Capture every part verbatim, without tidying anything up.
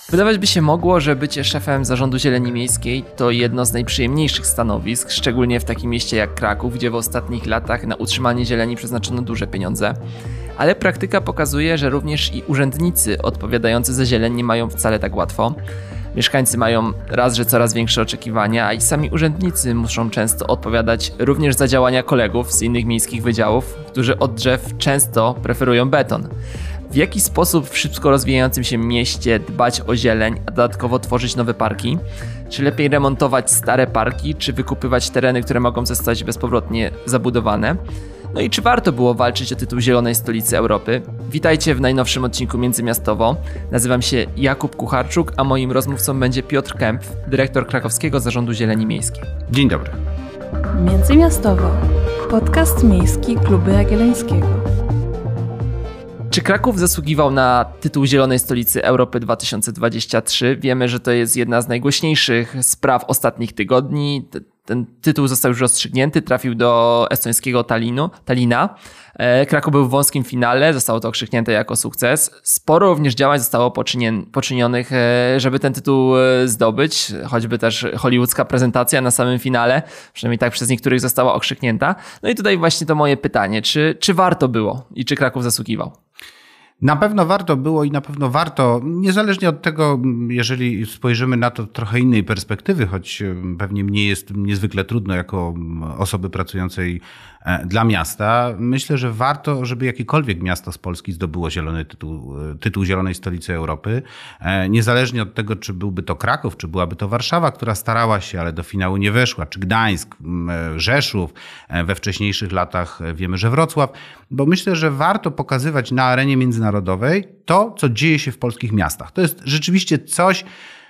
Wydawać by się mogło, że bycie szefem zarządu Zieleni Miejskiej to jedno z najprzyjemniejszych stanowisk, szczególnie w takim mieście jak Kraków, gdzie w ostatnich latach na utrzymanie zieleni przeznaczono duże pieniądze. Ale praktyka pokazuje, że również i urzędnicy odpowiadający za zieleń nie mają wcale tak łatwo. Mieszkańcy mają raz, że coraz większe oczekiwania, a i sami urzędnicy muszą często odpowiadać również za działania kolegów z innych miejskich wydziałów, którzy od drzew często preferują beton. W jaki sposób w szybko rozwijającym się mieście dbać o zieleń, a dodatkowo tworzyć nowe parki? Czy lepiej remontować stare parki, czy wykupywać tereny, które mogą zostać bezpowrotnie zabudowane? No i czy warto było walczyć o tytuł Zielonej Stolicy Europy? Witajcie w najnowszym odcinku Międzymiastowo. Nazywam się Jakub Kucharczuk, a moim rozmówcą będzie Piotr Kempf, dyrektor Krakowskiego Zarządu Zieleni Miejskiej. Dzień dobry. Międzymiastowo. Podcast miejski Klubu Jagiellońskiego. Czy Kraków zasługiwał na tytuł Zielonej Stolicy Europy dwa tysiące dwudziestego trzeciego? Wiemy, że to jest jedna z najgłośniejszych spraw ostatnich tygodni. Ten tytuł został już rozstrzygnięty, trafił do estońskiego Talinu, Talina. Kraków był w wąskim finale, zostało to okrzyknięte jako sukces. Sporo również działań zostało poczynien, poczynionych, żeby ten tytuł zdobyć, choćby też hollywoodzka prezentacja na samym finale, przynajmniej tak przez niektórych została okrzyknięta. No i tutaj właśnie to moje pytanie, czy, czy warto było i czy Kraków zasługiwał? Na pewno warto było i na pewno warto, niezależnie od tego, jeżeli spojrzymy na to trochę innej perspektywy, choć pewnie mnie jest niezwykle trudno jako osoby pracującej dla miasta, myślę, że warto, żeby jakiekolwiek miasto z Polski zdobyło zielony tytuł, tytuł Zielonej Stolicy Europy. Niezależnie od tego, czy byłby to Kraków, czy byłaby to Warszawa, która starała się, ale do finału nie weszła, czy Gdańsk, Rzeszów, we wcześniejszych latach wiemy, że Wrocław, bo myślę, że warto pokazywać na arenie międzynarodowej to, co dzieje się w polskich miastach. To jest rzeczywiście coś.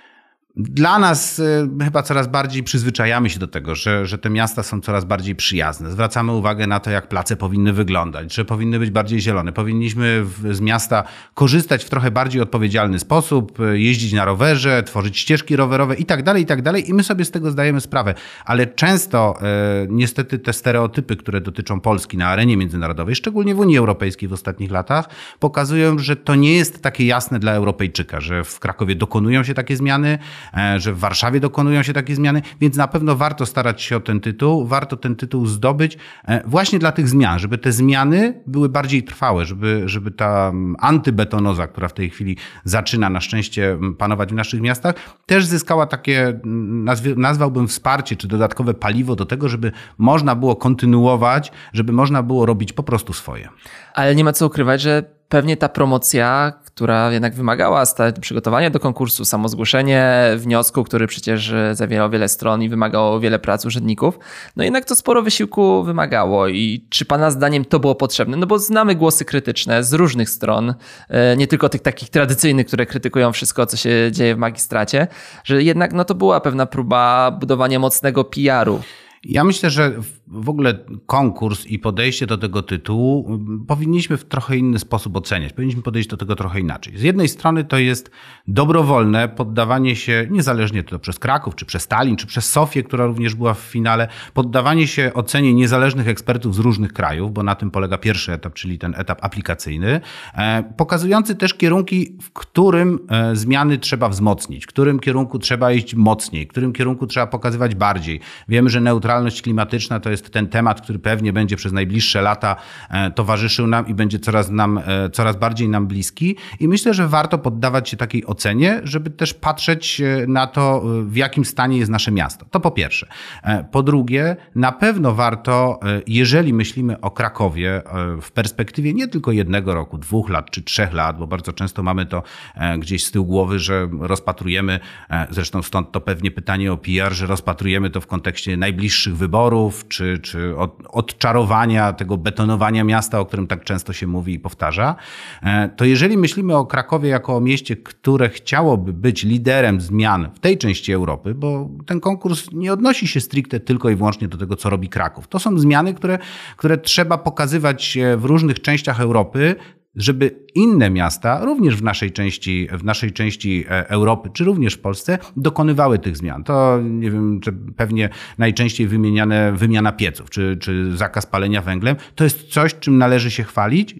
Dla nas y, chyba coraz bardziej przyzwyczajamy się do tego, że, że te miasta są coraz bardziej przyjazne. Zwracamy uwagę na to, jak place powinny wyglądać, że powinny być bardziej zielone. Powinniśmy w, z miasta korzystać w trochę bardziej odpowiedzialny sposób, jeździć na rowerze, tworzyć ścieżki rowerowe i tak dalej, i tak dalej. I my sobie z tego zdajemy sprawę. Ale często y, niestety te stereotypy, które dotyczą Polski na arenie międzynarodowej, szczególnie w Unii Europejskiej w ostatnich latach, pokazują, że to nie jest takie jasne dla Europejczyka, że w Krakowie dokonują się takie zmiany, że w Warszawie dokonują się takie zmiany, więc na pewno warto starać się o ten tytuł, warto ten tytuł zdobyć właśnie dla tych zmian, żeby te zmiany były bardziej trwałe, żeby, żeby ta antybetonoza, która w tej chwili zaczyna na szczęście panować w naszych miastach, też zyskała takie, nazwałbym wsparcie, czy dodatkowe paliwo do tego, żeby można było kontynuować, żeby można było robić po prostu swoje. Ale nie ma co ukrywać, że pewnie ta promocja, która jednak wymagała przygotowania do konkursu, samo zgłoszenie wniosku, który przecież zawierał wiele stron i wymagało wiele prac urzędników, no jednak to sporo wysiłku wymagało. I czy pana zdaniem to było potrzebne? No bo znamy głosy krytyczne z różnych stron, nie tylko tych takich tradycyjnych, które krytykują wszystko, co się dzieje w magistracie, że jednak no to była pewna próba budowania mocnego P R u. Ja myślę, że w ogóle konkurs i podejście do tego tytułu powinniśmy w trochę inny sposób oceniać. Powinniśmy podejść do tego trochę inaczej. Z jednej strony to jest dobrowolne poddawanie się, niezależnie to przez Kraków, czy przez Tallin, czy przez Sofię, która również była w finale, poddawanie się ocenie niezależnych ekspertów z różnych krajów, bo na tym polega pierwszy etap, czyli ten etap aplikacyjny, pokazujący też kierunki, w którym zmiany trzeba wzmocnić, w którym kierunku trzeba iść mocniej, w którym kierunku trzeba pokazywać bardziej. Wiemy, że neutralność klimatyczna to jest ten temat, który pewnie będzie przez najbliższe lata towarzyszył nam i będzie coraz, nam, coraz bardziej nam bliski. I myślę, że warto poddawać się takiej ocenie, żeby też patrzeć na to, w jakim stanie jest nasze miasto. To po pierwsze. Po drugie, na pewno warto, jeżeli myślimy o Krakowie w perspektywie nie tylko jednego roku, dwóch lat czy trzech lat, bo bardzo często mamy to gdzieś z tyłu głowy, że rozpatrujemy, zresztą stąd to pewnie pytanie o P R, że rozpatrujemy to w kontekście najbliższych wyborów, czy, czy od, odczarowania, tego betonowania miasta, o którym tak często się mówi i powtarza, to jeżeli myślimy o Krakowie jako o mieście, które chciałoby być liderem zmian w tej części Europy, bo ten konkurs nie odnosi się stricte tylko i wyłącznie do tego, co robi Kraków. To są zmiany, które, które trzeba pokazywać w różnych częściach Europy, żeby inne miasta, również w naszej części, w naszej części Europy, czy również w Polsce, dokonywały tych zmian. To nie wiem, czy pewnie najczęściej wymieniane wymiana pieców, czy, czy zakaz palenia węglem. To jest coś, czym należy się chwalić,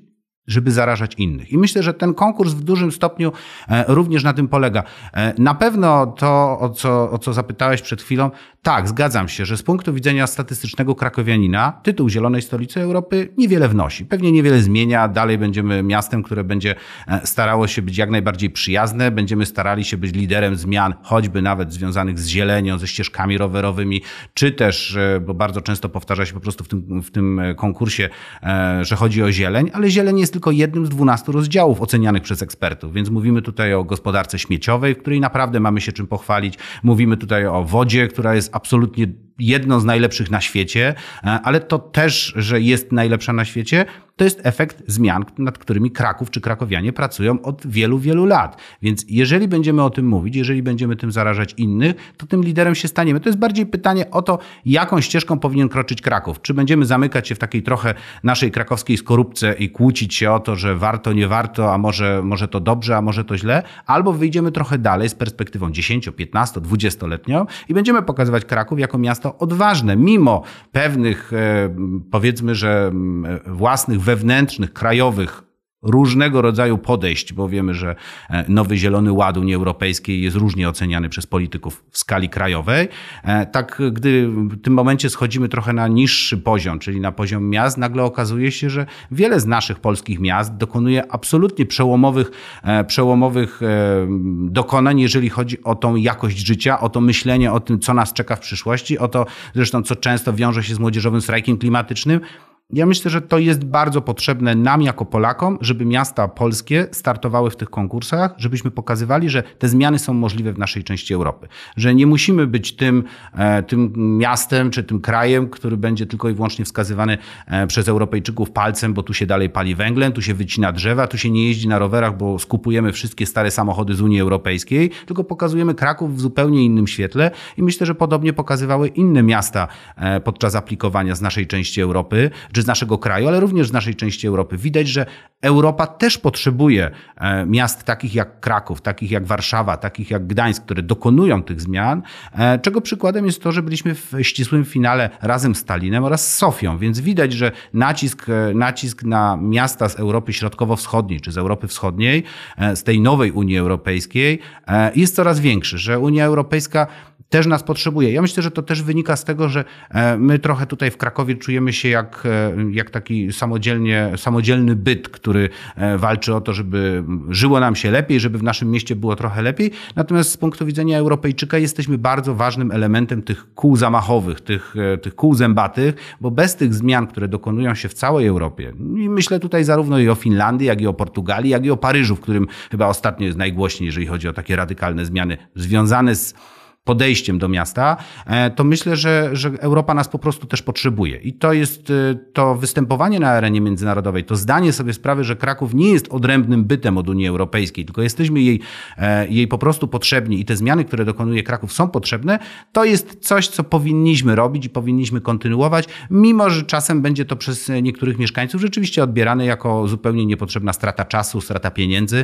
żeby zarażać innych. I myślę, że ten konkurs w dużym stopniu również na tym polega. Na pewno to, o co, o co zapytałeś przed chwilą, tak, zgadzam się, że z punktu widzenia statystycznego krakowianina tytuł Zielonej Stolicy Europy niewiele wnosi. Pewnie niewiele zmienia. Dalej będziemy miastem, które będzie starało się być jak najbardziej przyjazne. Będziemy starali się być liderem zmian, choćby nawet związanych z zielenią, ze ścieżkami rowerowymi, czy też, bo bardzo często powtarza się po prostu w tym, w tym konkursie, że chodzi o zieleń, ale zieleń jest tylko jednym z dwunastu rozdziałów ocenianych przez ekspertów, więc mówimy tutaj o gospodarce śmieciowej, w której naprawdę mamy się czym pochwalić. Mówimy tutaj o wodzie, która jest absolutnie jedną z najlepszych na świecie, ale to też, że jest najlepsza na świecie, to jest efekt zmian, nad którymi Kraków czy krakowianie pracują od wielu, wielu lat. Więc jeżeli będziemy o tym mówić, jeżeli będziemy tym zarażać innych, to tym liderem się staniemy. To jest bardziej pytanie o to, jaką ścieżką powinien kroczyć Kraków. Czy będziemy zamykać się w takiej trochę naszej krakowskiej skorupce i kłócić się o to, że warto, nie warto, a może, może to dobrze, a może to źle, albo wyjdziemy trochę dalej z perspektywą dziesięcio, piętnasto, dwudziestoletnią i będziemy pokazywać Kraków jako miasto odważne, mimo pewnych, powiedzmy, że własnych, wewnętrznych, krajowych, różnego rodzaju podejść, bo wiemy, że nowy Zielony Ład Unii Europejskiej jest różnie oceniany przez polityków w skali krajowej. Tak, gdy w tym momencie schodzimy trochę na niższy poziom, czyli na poziom miast, nagle okazuje się, że wiele z naszych polskich miast dokonuje absolutnie przełomowych, przełomowych dokonań, jeżeli chodzi o tą jakość życia, o to myślenie o tym, co nas czeka w przyszłości, o to zresztą, co często wiąże się z młodzieżowym strajkiem klimatycznym. Ja myślę, że to jest bardzo potrzebne nam jako Polakom, żeby miasta polskie startowały w tych konkursach, żebyśmy pokazywali, że te zmiany są możliwe w naszej części Europy. Że nie musimy być tym, tym miastem czy tym krajem, który będzie tylko i wyłącznie wskazywany przez Europejczyków palcem, bo tu się dalej pali węglem, tu się wycina drzewa, tu się nie jeździ na rowerach, bo skupujemy wszystkie stare samochody z Unii Europejskiej, tylko pokazujemy Kraków w zupełnie innym świetle i myślę, że podobnie pokazywały inne miasta podczas aplikowania z naszej części Europy, czy z naszego kraju, ale również z naszej części Europy. Widać, że Europa też potrzebuje miast takich jak Kraków, takich jak Warszawa, takich jak Gdańsk, które dokonują tych zmian, czego przykładem jest to, że byliśmy w ścisłym finale razem z Tallinem oraz z Sofią, więc widać, że nacisk, nacisk na miasta z Europy Środkowo-Wschodniej czy z Europy Wschodniej, z tej nowej Unii Europejskiej jest coraz większy, że Unia Europejska też nas potrzebuje. Ja myślę, że to też wynika z tego, że my trochę tutaj w Krakowie czujemy się jak, jak taki samodzielnie, samodzielny byt, który walczy o to, żeby żyło nam się lepiej, żeby w naszym mieście było trochę lepiej. Natomiast z punktu widzenia Europejczyka jesteśmy bardzo ważnym elementem tych kół zamachowych, tych, tych kół zębatych, bo bez tych zmian, które dokonują się w całej Europie, i myślę tutaj zarówno i o Finlandii, jak i o Portugalii, jak i o Paryżu, w którym chyba ostatnio jest najgłośniej, jeżeli chodzi o takie radykalne zmiany związane z podejściem do miasta, to myślę, że, że Europa nas po prostu też potrzebuje. I to jest to występowanie na arenie międzynarodowej, to zdanie sobie sprawy, że Kraków nie jest odrębnym bytem od Unii Europejskiej, tylko jesteśmy jej, jej po prostu potrzebni i te zmiany, które dokonuje Kraków, są potrzebne, to jest coś, co powinniśmy robić i powinniśmy kontynuować, mimo że czasem będzie to przez niektórych mieszkańców rzeczywiście odbierane jako zupełnie niepotrzebna strata czasu, strata pieniędzy,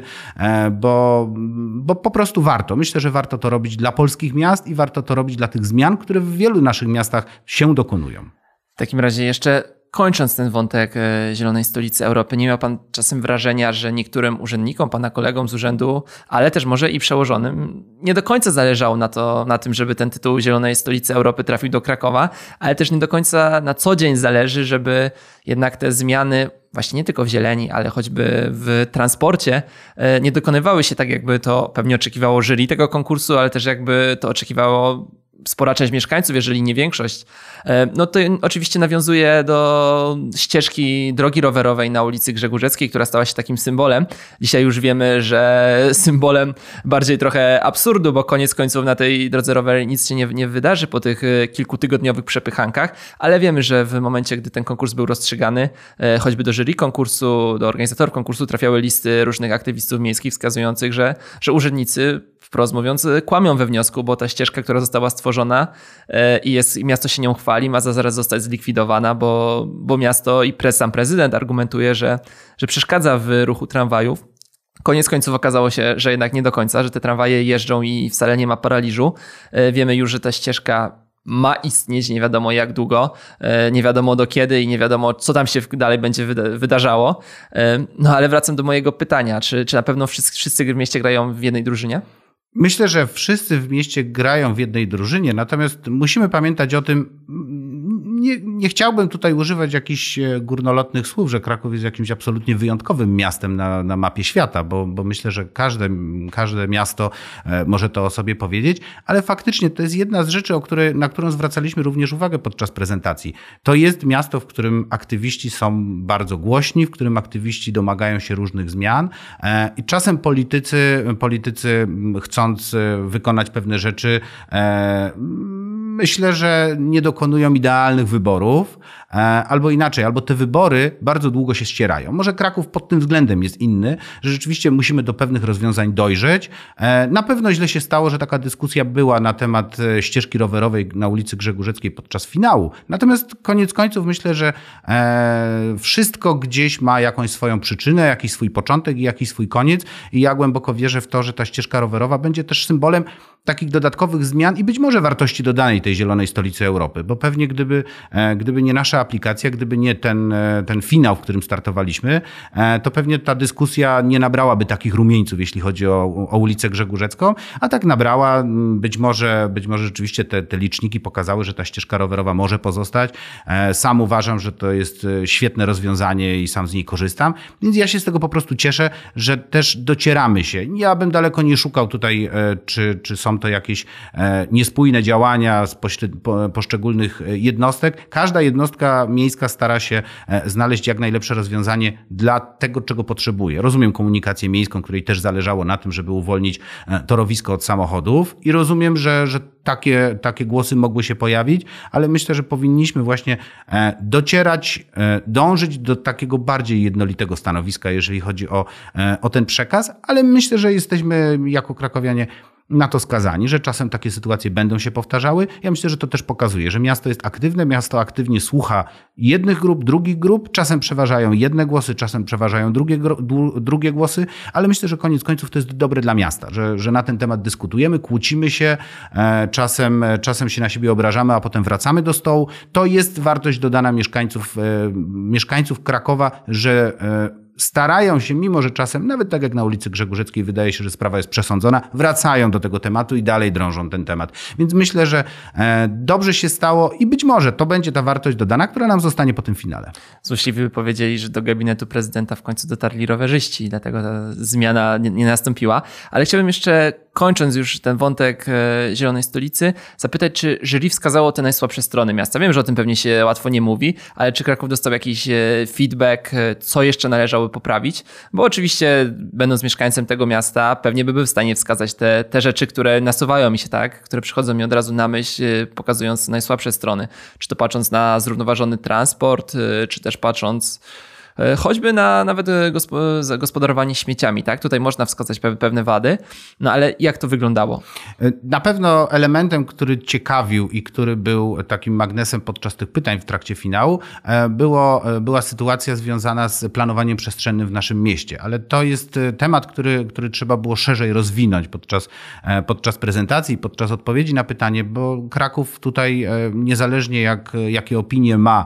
bo, bo po prostu warto. Myślę, że warto to robić dla polskich miast, i warto to robić dla tych zmian, które w wielu naszych miastach się dokonują. W takim razie jeszcze kończąc ten wątek Zielonej Stolicy Europy, nie miał pan czasem wrażenia, że niektórym urzędnikom, pana kolegom z urzędu, ale też może i przełożonym, nie do końca zależało na, to, na tym, żeby ten tytuł Zielonej Stolicy Europy trafił do Krakowa, ale też nie do końca na co dzień zależy, żeby jednak te zmiany właśnie nie tylko w zieleni, ale choćby w transporcie nie dokonywały się tak, jakby to pewnie oczekiwało jury tego konkursu, ale też jakby to oczekiwało spora część mieszkańców, jeżeli nie większość. No to oczywiście nawiązuje do ścieżki drogi rowerowej na ulicy Grzegórzeckiej, która stała się takim symbolem. Dzisiaj już wiemy, że symbolem bardziej trochę absurdu, bo koniec końców na tej drodze rowerowej nic się nie, nie wydarzy po tych kilkutygodniowych przepychankach, ale wiemy, że w momencie, gdy ten konkurs był rozstrzygany, choćby do jury konkursu, do organizatorów konkursu trafiały listy różnych aktywistów miejskich wskazujących, że, że urzędnicy, wprost mówiąc, kłamią we wniosku, bo ta ścieżka, która została stworzona i jest, i miasto się nią chwali, ma za zaraz zostać zlikwidowana, bo, bo miasto i pre, sam prezydent argumentuje, że, że przeszkadza w ruchu tramwajów. Koniec końców okazało się, że jednak nie do końca, że te tramwaje jeżdżą i wcale nie ma paraliżu. Wiemy już, że ta ścieżka ma istnieć nie wiadomo jak długo, nie wiadomo do kiedy i nie wiadomo co tam się dalej będzie wydarzało. No ale wracam do mojego pytania, czy, czy na pewno wszyscy, wszyscy w mieście grają w jednej drużynie? Myślę, że wszyscy w mieście grają w jednej drużynie, natomiast musimy pamiętać o tym, nie, nie chciałbym tutaj używać jakichś górnolotnych słów, że Kraków jest jakimś absolutnie wyjątkowym miastem na, na mapie świata, bo, bo myślę, że każde, każde miasto może to o sobie powiedzieć, ale faktycznie to jest jedna z rzeczy, o której, na którą zwracaliśmy również uwagę podczas prezentacji. To jest miasto, w którym aktywiści są bardzo głośni, w którym aktywiści domagają się różnych zmian i czasem politycy, politycy chcą wykonać pewne rzeczy, myślę, że nie dokonują idealnych wyborów, albo inaczej, albo te wybory bardzo długo się ścierają. Może Kraków pod tym względem jest inny, że rzeczywiście musimy do pewnych rozwiązań dojrzeć. Na pewno źle się stało, że taka dyskusja była na temat ścieżki rowerowej na ulicy Grzegórzeckiej podczas finału. Natomiast koniec końców myślę, że wszystko gdzieś ma jakąś swoją przyczynę, jakiś swój początek i jakiś swój koniec i ja głęboko wierzę w to, że ta ścieżka rowerowa będzie też symbolem takich dodatkowych zmian i być może wartości dodanej tej zielonej stolicy Europy, bo pewnie gdyby, gdyby nie nasza aplikacja, gdyby nie ten, ten finał, w którym startowaliśmy, to pewnie ta dyskusja nie nabrałaby takich rumieńców, jeśli chodzi o, o ulicę Grzegórzecką, a tak nabrała. Być może, być może rzeczywiście te, te liczniki pokazały, że ta ścieżka rowerowa może pozostać. Sam uważam, że to jest świetne rozwiązanie i sam z niej korzystam, więc ja się z tego po prostu cieszę, że też docieramy się. Ja bym daleko nie szukał tutaj, czy, czy są to jakieś niespójne działania z poszczególnych jednostek. Każda jednostka miejska stara się znaleźć jak najlepsze rozwiązanie dla tego, czego potrzebuje. Rozumiem komunikację miejską, której też zależało na tym, żeby uwolnić torowisko od samochodów i rozumiem, że, że takie, takie głosy mogły się pojawić, ale myślę, że powinniśmy właśnie docierać, dążyć do takiego bardziej jednolitego stanowiska, jeżeli chodzi o, o ten przekaz, ale myślę, że jesteśmy jako krakowianie na to skazani, że czasem takie sytuacje będą się powtarzały. Ja myślę, że to też pokazuje, że miasto jest aktywne, miasto aktywnie słucha jednych grup, drugich grup, czasem przeważają jedne głosy, czasem przeważają drugie, drugie głosy, ale myślę, że koniec końców to jest dobre dla miasta, że, że na ten temat dyskutujemy, kłócimy się, czasem, czasem się na siebie obrażamy, a potem wracamy do stołu. To jest wartość dodana mieszkańców, mieszkańców Krakowa, że starają się, mimo że czasem, nawet tak jak na ulicy Grzegórzeckiej wydaje się, że sprawa jest przesądzona, wracają do tego tematu i dalej drążą ten temat. Więc myślę, że dobrze się stało i być może to będzie ta wartość dodana, która nam zostanie po tym finale. Złośliwi powiedzieli, że do gabinetu prezydenta w końcu dotarli rowerzyści i dlatego ta zmiana nie, nie nastąpiła. Ale chciałbym jeszcze, kończąc już ten wątek Zielonej Stolicy, zapytać, czy jury wskazało te najsłabsze strony miasta? Wiem, że o tym pewnie się łatwo nie mówi, ale czy Kraków dostał jakiś feedback, co jeszcze należało poprawić? Bo oczywiście, będąc mieszkańcem tego miasta, pewnie by był w stanie wskazać te, te rzeczy, które nasuwają mi się, tak, które przychodzą mi od razu na myśl, pokazując najsłabsze strony. Czy to patrząc na zrównoważony transport, czy też patrząc choćby na nawet gospodarowanie śmieciami, tak? Tutaj można wskazać pewne wady, no ale jak to wyglądało? Na pewno elementem, który ciekawił i który był takim magnesem podczas tych pytań w trakcie finału, było, była sytuacja związana z planowaniem przestrzennym w naszym mieście, ale to jest temat, który, który trzeba było szerzej rozwinąć podczas, podczas prezentacji, podczas odpowiedzi na pytanie, bo Kraków tutaj niezależnie jak, jakie opinie ma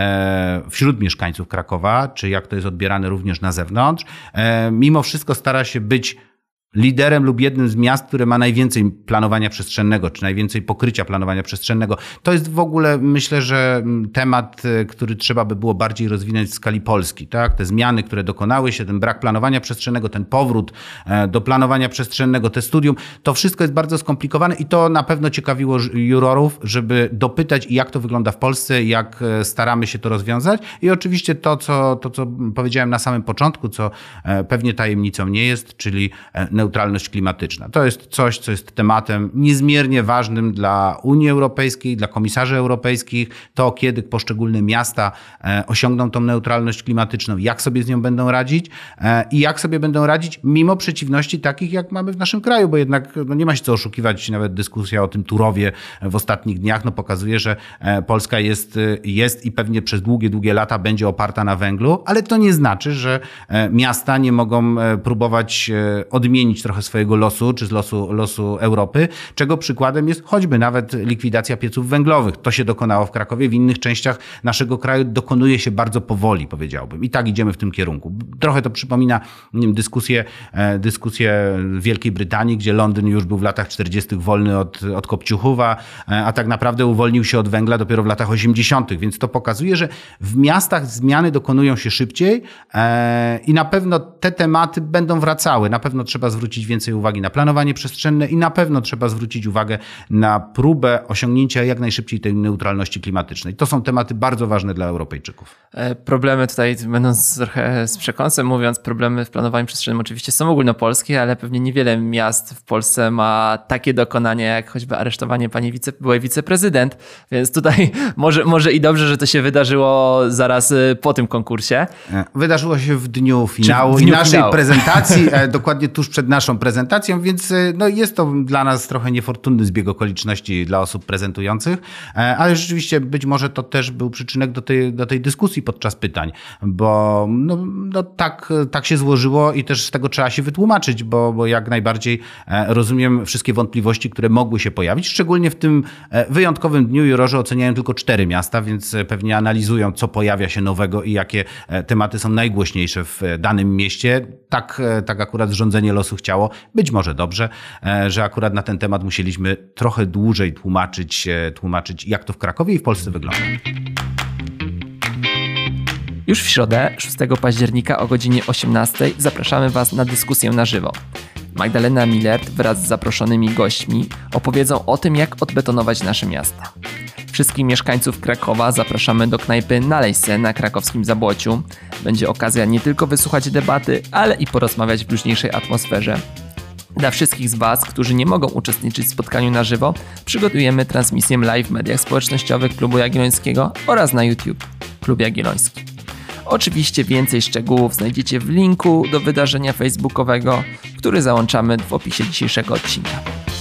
wśród mieszkańców Krakowa, czy jak to jest odbierane również na zewnątrz, mimo wszystko stara się być liderem lub jednym z miast, które ma najwięcej planowania przestrzennego, czy najwięcej pokrycia planowania przestrzennego. To jest w ogóle, myślę, że temat, który trzeba by było bardziej rozwinąć w skali Polski. Tak? Te zmiany, które dokonały się, ten brak planowania przestrzennego, ten powrót do planowania przestrzennego, te studium, to wszystko jest bardzo skomplikowane i to na pewno ciekawiło jurorów, żeby dopytać, jak to wygląda w Polsce, jak staramy się to rozwiązać. I oczywiście to, co, to, co powiedziałem na samym początku, co pewnie tajemnicą nie jest, czyli neutralność klimatyczna. To jest coś, co jest tematem niezmiernie ważnym dla Unii Europejskiej, dla komisarzy europejskich. To, kiedy poszczególne miasta osiągną tą neutralność klimatyczną, jak sobie z nią będą radzić i jak sobie będą radzić mimo przeciwności takich, jak mamy w naszym kraju, bo jednak no nie ma się co oszukiwać, nawet dyskusja o tym Turowie w ostatnich dniach no pokazuje, że Polska jest, jest i pewnie przez długie, długie lata będzie oparta na węglu, ale to nie znaczy, że miasta nie mogą próbować odmienić zmienić trochę swojego losu, czy z losu, losu Europy, czego przykładem jest choćby nawet likwidacja pieców węglowych. To się dokonało w Krakowie, w innych częściach naszego kraju dokonuje się bardzo powoli, powiedziałbym. I tak idziemy w tym kierunku. Trochę to przypomina nie wiem, dyskusję, dyskusję w Wielkiej Brytanii, gdzie Londyn już był w latach czterdziestych wolny od, od kopciuchów, a tak naprawdę uwolnił się od węgla dopiero w latach osiemdziesiątych. Więc to pokazuje, że w miastach zmiany dokonują się szybciej i na pewno te tematy będą wracały. Na pewno trzeba zwrócić więcej uwagi na planowanie przestrzenne i na pewno trzeba zwrócić uwagę na próbę osiągnięcia jak najszybciej tej neutralności klimatycznej. To są tematy bardzo ważne dla Europejczyków. Problemy tutaj, będąc trochę z przekąsem mówiąc, problemy w planowaniu przestrzennym oczywiście są ogólnopolskie, ale pewnie niewiele miast w Polsce ma takie dokonanie, jak choćby aresztowanie pani wice, byłej wiceprezydent, więc tutaj może, może i dobrze, że to się wydarzyło zaraz po tym konkursie. Wydarzyło się w dniu finału w dniu i naszej finału. prezentacji, dokładnie tuż przed naszą prezentacją, więc no, jest to dla nas trochę niefortunny zbieg okoliczności dla osób prezentujących, ale rzeczywiście być może to też był przyczynek do tej, do tej dyskusji podczas pytań, bo no, no tak, tak się złożyło i też z tego trzeba się wytłumaczyć, bo, bo jak najbardziej rozumiem wszystkie wątpliwości, które mogły się pojawić, szczególnie w tym wyjątkowym dniu jurorzy oceniają tylko cztery miasta, więc pewnie analizują, co pojawia się nowego i jakie tematy są najgłośniejsze w danym mieście. Tak, tak akurat zrządzenie losu chciało. Być może dobrze, że akurat na ten temat musieliśmy trochę dłużej tłumaczyć, tłumaczyć jak to w Krakowie i w Polsce wygląda. Już w środę, szóstego października o godzinie osiemnastej zapraszamy Was na dyskusję na żywo. Magdalena Millert wraz z zaproszonymi gośćmi opowiedzą o tym, jak odbetonować nasze miasta. Wszystkich mieszkańców Krakowa zapraszamy do knajpy Nalej se na krakowskim Zabłociu. Będzie okazja nie tylko wysłuchać debaty, ale i porozmawiać w luźniejszej atmosferze. Dla wszystkich z Was, którzy nie mogą uczestniczyć w spotkaniu na żywo, przygotujemy transmisję live w mediach społecznościowych Klubu Jagiellońskiego oraz na YouTube Klub Jagielloński. Oczywiście więcej szczegółów znajdziecie w linku do wydarzenia facebookowego, który załączamy w opisie dzisiejszego odcinka.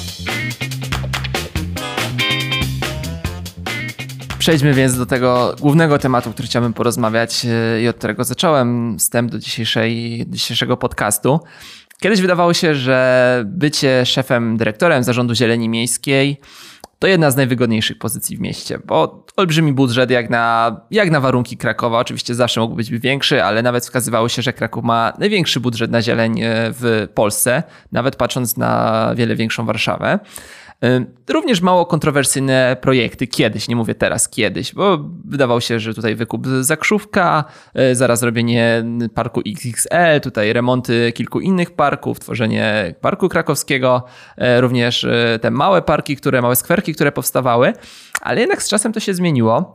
Przejdźmy więc do tego głównego tematu, który chciałbym porozmawiać i od którego zacząłem wstęp do dzisiejszej, dzisiejszego podcastu. Kiedyś wydawało się, że bycie szefem, dyrektorem Zarządu Zieleni Miejskiej to jedna z najwygodniejszych pozycji w mieście, bo olbrzymi budżet jak na, jak na warunki Krakowa. Oczywiście zawsze mógł być większy, ale nawet wskazywało się, że Kraków ma największy budżet na zieleń w Polsce, nawet patrząc na wiele większą Warszawę. Również mało kontrowersyjne projekty kiedyś, nie mówię teraz, kiedyś, bo wydawało się, że tutaj wykup Zakrzówka, zaraz robienie parku X X L, tutaj remonty kilku innych parków, tworzenie parku krakowskiego, również te małe parki, które, małe skwerki, które powstawały, ale jednak z czasem to się zmieniło.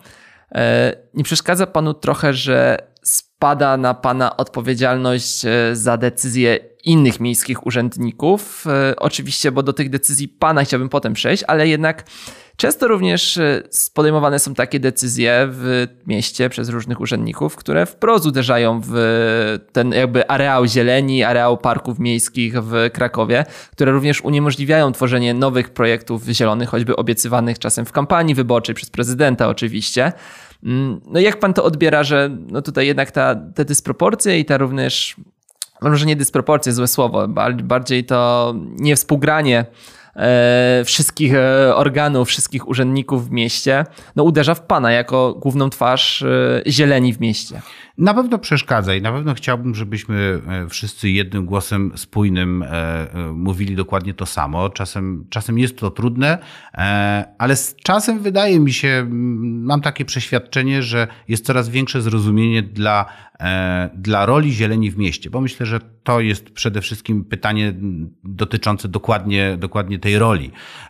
Nie przeszkadza panu trochę, że spada na pana odpowiedzialność za decyzje innych miejskich urzędników. Oczywiście, bo do tych decyzji pana chciałbym potem przejść, ale jednak często również podejmowane są takie decyzje w mieście przez różnych urzędników, które wprost uderzają w ten jakby areał zieleni, areał parków miejskich w Krakowie, które również uniemożliwiają tworzenie nowych projektów zielonych, choćby obiecywanych czasem w kampanii wyborczej przez prezydenta oczywiście. No jak pan to odbiera, że no tutaj jednak ta, te dysproporcje i ta również, może nie dysproporcje, złe słowo, bardziej to niewspółgranie e, wszystkich organów, wszystkich urzędników w mieście, no uderza w pana jako główną twarz e, zieleni w mieście. Na pewno przeszkadza i na pewno chciałbym, żebyśmy wszyscy jednym głosem spójnym mówili dokładnie to samo. Czasem, czasem jest to trudne, ale z czasem wydaje mi się, mam takie przeświadczenie, że jest coraz większe zrozumienie dla, dla roli zieleni w mieście, bo myślę, że to jest przede wszystkim pytanie dotyczące dokładnie, dokładnie tej roli.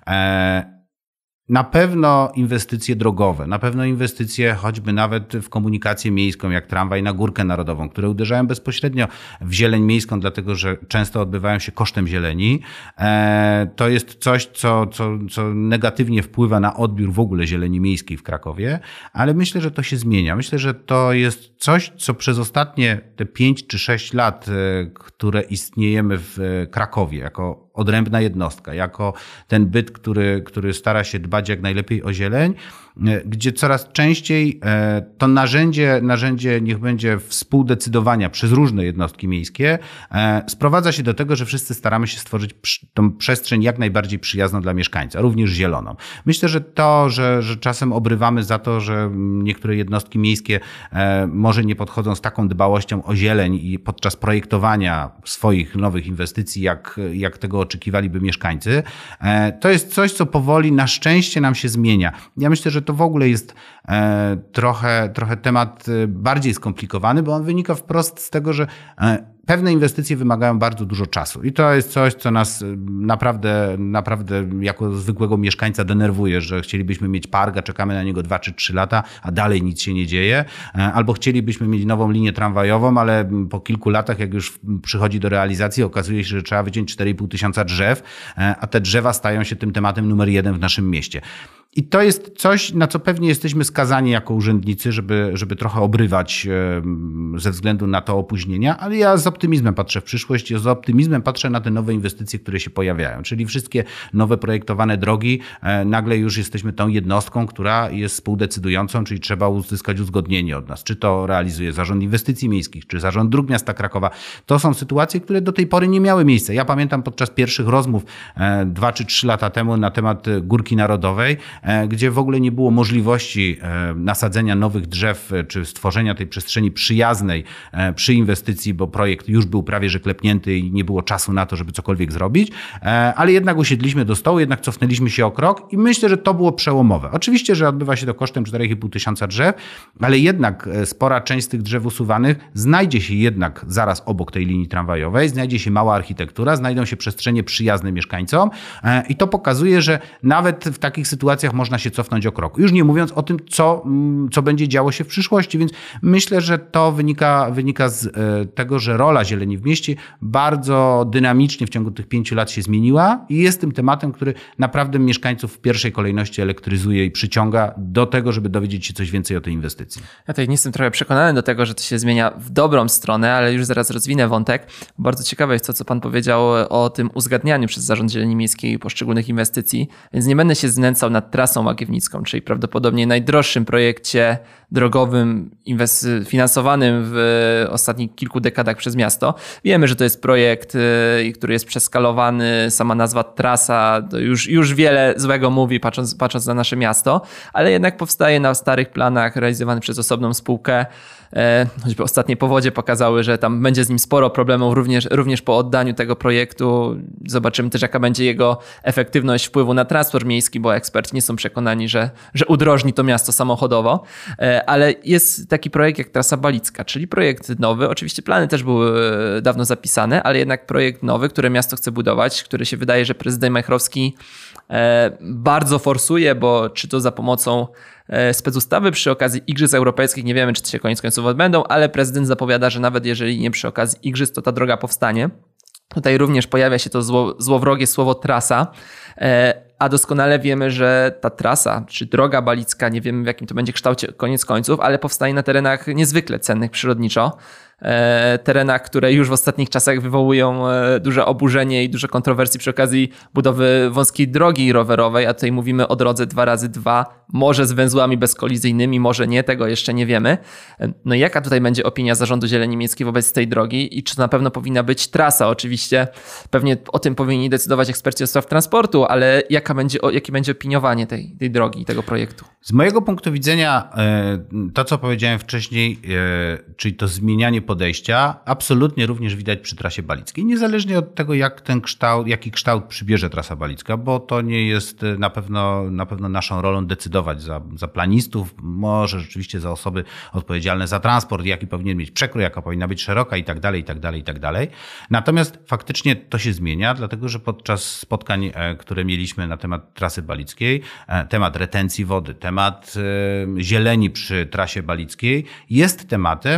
Na pewno inwestycje drogowe, na pewno inwestycje choćby nawet w komunikację miejską, jak tramwaj na Górkę Narodową, które uderzają bezpośrednio w zieleń miejską, dlatego że często odbywają się kosztem zieleni. To jest coś, co, co, co negatywnie wpływa na odbiór w ogóle zieleni miejskiej w Krakowie, ale myślę, że to się zmienia. Myślę, że to jest coś, co przez ostatnie te pięć czy sześć lat, które istniejemy w Krakowie jako odrębna jednostka, jako ten byt, który, który stara się dbać jak najlepiej o zieleń, gdzie coraz częściej to narzędzie, narzędzie niech będzie współdecydowania przez różne jednostki miejskie, sprowadza się do tego, że wszyscy staramy się stworzyć tą przestrzeń jak najbardziej przyjazną dla mieszkańca, również zieloną. Myślę, że to, że, że czasem obrywamy za to, że niektóre jednostki miejskie może nie podchodzą z taką dbałością o zieleń i podczas projektowania swoich nowych inwestycji, jak, jak tego oczekiwaliby mieszkańcy, to jest coś, co powoli na szczęście nam się zmienia. Ja myślę, że to w ogóle jest e, trochę, trochę temat bardziej skomplikowany, bo on wynika wprost z tego, że e, pewne inwestycje wymagają bardzo dużo czasu i to jest coś, co nas naprawdę, naprawdę jako zwykłego mieszkańca denerwuje, że chcielibyśmy mieć park, a czekamy na niego dwa czy trzy lata, a dalej nic się nie dzieje, albo chcielibyśmy mieć nową linię tramwajową, ale po kilku latach, jak już przychodzi do realizacji, okazuje się, że trzeba wyciąć cztery i pół tysiąca drzew, a te drzewa stają się tym tematem numer jeden w naszym mieście. I to jest coś, na co pewnie jesteśmy skazani jako urzędnicy, żeby, żeby trochę obrywać ze względu na to opóźnienia, ale ja z optymizmem patrzę w przyszłość i z optymizmem patrzę na te nowe inwestycje, które się pojawiają, czyli wszystkie nowe projektowane drogi. Nagle już jesteśmy tą jednostką, która jest współdecydującą, czyli trzeba uzyskać uzgodnienie od nas. Czy to realizuje Zarząd Inwestycji Miejskich, czy Zarząd Dróg Miasta Krakowa. To są sytuacje, które do tej pory nie miały miejsca. Ja pamiętam podczas pierwszych rozmów dwa czy trzy lata temu na temat Górki Narodowej, gdzie w ogóle nie było możliwości nasadzenia nowych drzew czy stworzenia tej przestrzeni przyjaznej przy inwestycji, bo projekt już był prawie że klepnięty i nie było czasu na to, żeby cokolwiek zrobić, ale jednak usiedliśmy do stołu, jednak cofnęliśmy się o krok i myślę, że to było przełomowe. Oczywiście, że odbywa się to kosztem cztery i pół tysiąca drzew, ale jednak spora część z tych drzew usuwanych znajdzie się jednak zaraz obok tej linii tramwajowej, znajdzie się mała architektura, znajdą się przestrzenie przyjazne mieszkańcom i to pokazuje, że nawet w takich sytuacjach można się cofnąć o krok. Już nie mówiąc o tym, co, co będzie działo się w przyszłości, więc myślę, że to wynika, wynika z tego, że rola zieleni w mieście bardzo dynamicznie w ciągu tych pięciu lat się zmieniła i jest tym tematem, który naprawdę mieszkańców w pierwszej kolejności elektryzuje i przyciąga do tego, żeby dowiedzieć się coś więcej o tej inwestycji. Ja tutaj nie jestem trochę przekonany do tego, że to się zmienia w dobrą stronę, ale już zaraz rozwinę wątek. Bardzo ciekawe jest to, co pan powiedział o tym uzgadnianiu przez Zarząd Zieleni Miejskiej poszczególnych inwestycji, więc nie będę się znęcał nad trasą Łagiewnicką, czyli prawdopodobnie najdroższym projekcie drogowym inwest- finansowanym w ostatnich kilku dekadach przez miasto. Wiemy, że to jest projekt, który jest przeskalowany, sama nazwa trasa to już, już wiele złego mówi, patrząc, patrząc na nasze miasto, ale jednak powstaje na starych planach, realizowany przez osobną spółkę. Choćby ostatnie powodzie pokazały, że tam będzie z nim sporo problemów również, również po oddaniu tego projektu. Zobaczymy też, jaka będzie jego efektywność wpływu na transport miejski, bo eksperci nie są przekonani, że, że udrożni to miasto samochodowo. Ale jest taki projekt jak Trasa Balicka, czyli projekt nowy. Oczywiście plany też były dawno zapisane, ale jednak projekt nowy, który miasto chce budować, który się wydaje, że prezydent Majchrowski bardzo forsuje, bo czy to za pomocą specustawy przy okazji Igrzysk Europejskich, nie wiemy, czy to się koniec końców odbędą, ale prezydent zapowiada, że nawet jeżeli nie przy okazji Igrzysk, to ta droga powstanie. Tutaj również pojawia się to zło, złowrogie słowo trasa, a doskonale wiemy, że ta trasa, czy droga balicka, nie wiemy w jakim to będzie kształcie koniec końców, ale powstaje na terenach niezwykle cennych przyrodniczo. Terenach, które już w ostatnich czasach wywołują duże oburzenie i duże kontrowersje przy okazji budowy wąskiej drogi rowerowej, a tutaj mówimy o drodze dwa razy dwa, może z węzłami bezkolizyjnymi, może nie, tego jeszcze nie wiemy. No i jaka tutaj będzie opinia Zarządu Zieleni Miejskiej wobec tej drogi i czy to na pewno powinna być trasa? Oczywiście pewnie o tym powinni decydować eksperci od spraw transportu, ale jaka będzie, jakie będzie opiniowanie tej, tej drogi i tego projektu? Z mojego punktu widzenia to, co powiedziałem wcześniej, czyli to zmienianie podejścia, absolutnie również widać przy trasie balickiej. Niezależnie od tego, jak ten kształt, jaki kształt przybierze trasa balicka, bo to nie jest na pewno, na pewno naszą rolą decydować za, za planistów, może rzeczywiście za osoby odpowiedzialne za transport, jaki powinien mieć przekrój, jaka powinna być szeroka i tak dalej, i tak dalej, i tak dalej. Natomiast faktycznie to się zmienia, dlatego że podczas spotkań, które mieliśmy na temat trasy balickiej, temat retencji wody, temat zieleni przy trasie balickiej jest tematem,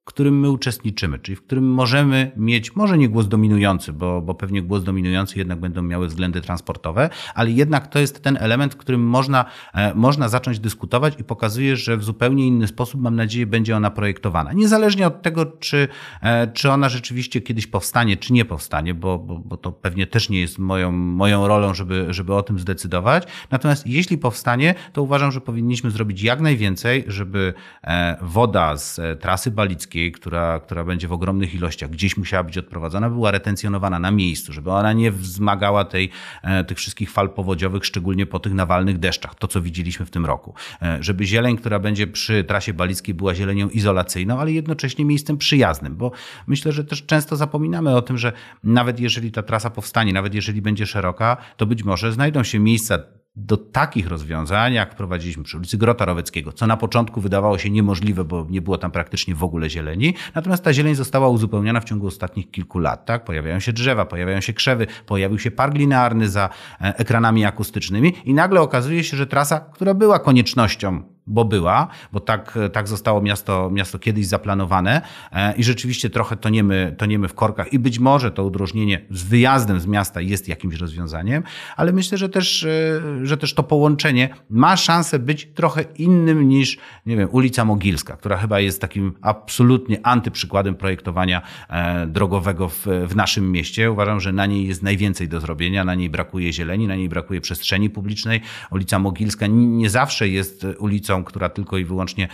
w którym my uczestniczymy, czyli w którym możemy mieć, może nie głos dominujący, bo, bo pewnie głos dominujący jednak będą miały względy transportowe, ale jednak to jest ten element, w którym można, można zacząć dyskutować i pokazuje, że w zupełnie inny sposób, mam nadzieję, będzie ona projektowana. Niezależnie od tego, czy, czy ona rzeczywiście kiedyś powstanie, czy nie powstanie, bo, bo, bo to pewnie też nie jest moją, moją rolą, żeby, żeby o tym zdecydować. Natomiast jeśli powstanie, to uważam, że powinniśmy zrobić jak najwięcej, żeby woda z trasy balickiej, która, która będzie w ogromnych ilościach gdzieś musiała być odprowadzona, była retencjonowana na miejscu, żeby ona nie wzmagała tej, tych wszystkich fal powodziowych, szczególnie po tych nawalnych deszczach, to co widzieliśmy w tym roku. Żeby zieleń, która będzie przy trasie balickiej, była zielenią izolacyjną, ale jednocześnie miejscem przyjaznym, bo myślę, że też często zapominamy o tym, że nawet jeżeli ta trasa powstanie, nawet jeżeli będzie szeroka, to być może znajdą się miejsca do takich rozwiązań, jak wprowadziliśmy przy ulicy Grota Roweckiego, co na początku wydawało się niemożliwe, bo nie było tam praktycznie w ogóle zieleni. Natomiast ta zieleń została uzupełniona w ciągu ostatnich kilku lat. Tak? Pojawiają się drzewa, pojawiają się krzewy, pojawił się park linearny za ekranami akustycznymi i nagle okazuje się, że trasa, która była koniecznością, bo była, bo tak, tak zostało miasto, miasto kiedyś zaplanowane i rzeczywiście trochę toniemy, toniemy w korkach i być może to udrożnienie z wyjazdem z miasta jest jakimś rozwiązaniem, ale myślę, że też, że też to połączenie ma szansę być trochę innym niż, nie wiem, ulica Mogilska, która chyba jest takim absolutnie antyprzykładem projektowania drogowego w, w naszym mieście. Uważam, że na niej jest najwięcej do zrobienia, na niej brakuje zieleni, na niej brakuje przestrzeni publicznej. Ulica Mogilska nie zawsze jest ulicą, która tylko i wyłącznie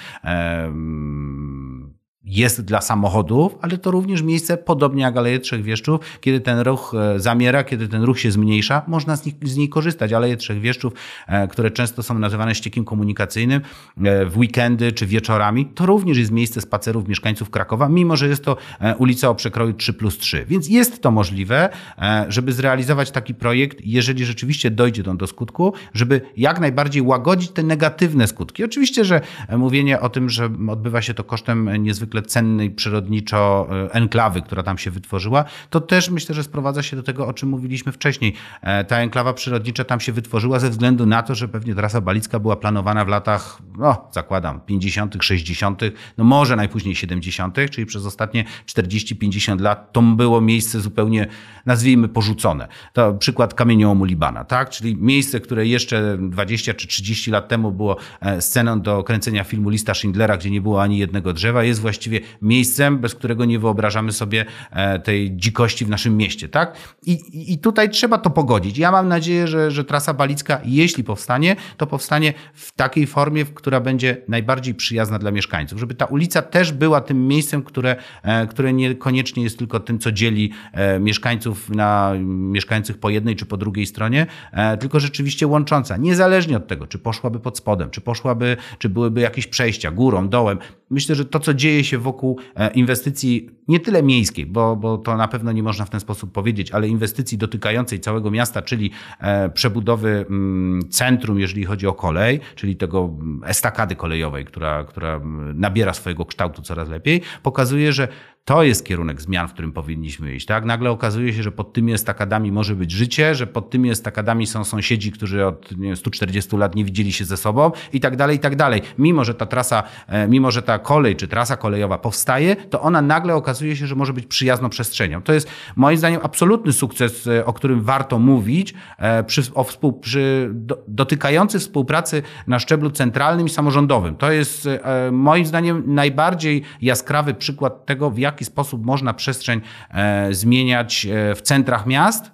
um, jest dla samochodów, ale to również miejsce, podobnie jak Aleje Trzech Wieszczów, kiedy ten ruch zamiera, kiedy ten ruch się zmniejsza, można z, nich, z niej korzystać. Aleje Trzech Wieszczów, które często są nazywane ściekiem komunikacyjnym w weekendy czy wieczorami, to również jest miejsce spacerów mieszkańców Krakowa, mimo że jest to ulica o przekroju trzy plus trzy. Więc jest to możliwe, żeby zrealizować taki projekt, jeżeli rzeczywiście dojdzie on do skutku, żeby jak najbardziej łagodzić te negatywne skutki. Oczywiście, że mówienie o tym, że odbywa się to kosztem niezwykle cennej przyrodniczo enklawy, która tam się wytworzyła, to też myślę, że sprowadza się do tego, o czym mówiliśmy wcześniej. Ta enklawa przyrodnicza tam się wytworzyła ze względu na to, że pewnie trasa balicka była planowana w latach, no zakładam, pięćdziesiątych, sześćdziesiątych, no może najpóźniej siedemdziesiątych, czyli przez ostatnie czterdzieści pięćdziesiąt lat to było miejsce zupełnie, nazwijmy, porzucone. To przykład kamieniołomu Libana, tak? Czyli miejsce, które jeszcze dwadzieścia czy trzydzieści lat temu było sceną do kręcenia filmu Lista Schindlera, gdzie nie było ani jednego drzewa, jest właściwie miejscem, bez którego nie wyobrażamy sobie tej dzikości w naszym mieście, tak? I, i tutaj trzeba to pogodzić. Ja mam nadzieję, że, że trasa balicka, jeśli powstanie, to powstanie w takiej formie, która będzie najbardziej przyjazna dla mieszkańców. Żeby ta ulica też była tym miejscem, które, które niekoniecznie jest tylko tym, co dzieli mieszkańców na mieszkających po jednej czy po drugiej stronie, tylko rzeczywiście łącząca. Niezależnie od tego, czy poszłaby pod spodem, czy poszłaby, czy byłyby jakieś przejścia górą, dołem. Myślę, że to, co dzieje się wokół inwestycji nie tyle miejskiej, bo, bo to na pewno nie można w ten sposób powiedzieć, ale inwestycji dotykającej całego miasta, czyli przebudowy centrum, jeżeli chodzi o kolej, czyli tego estakady kolejowej, która, która nabiera swojego kształtu coraz lepiej, pokazuje, że to jest kierunek zmian, w którym powinniśmy iść. Tak? Nagle okazuje się, że pod tymi estakadami może być życie, że pod tymi estakadami są sąsiedzi, którzy od nie wiem, stu czterdziestu lat nie widzieli się ze sobą i tak dalej, i tak dalej. Mimo, że ta trasa, mimo, że ta kolej czy trasa kolejowa powstaje, to ona nagle okazuje się, że może być przyjazną przestrzenią. To jest moim zdaniem absolutny sukces, o którym warto mówić, przy, o współ, przy do, dotykający współpracy na szczeblu centralnym i samorządowym. To jest moim zdaniem najbardziej jaskrawy przykład tego, w jaki sposób można przestrzeń e, zmieniać e, w centrach miast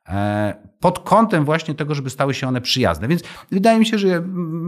e, pod kątem właśnie tego, żeby stały się one przyjazne. Więc wydaje mi się, że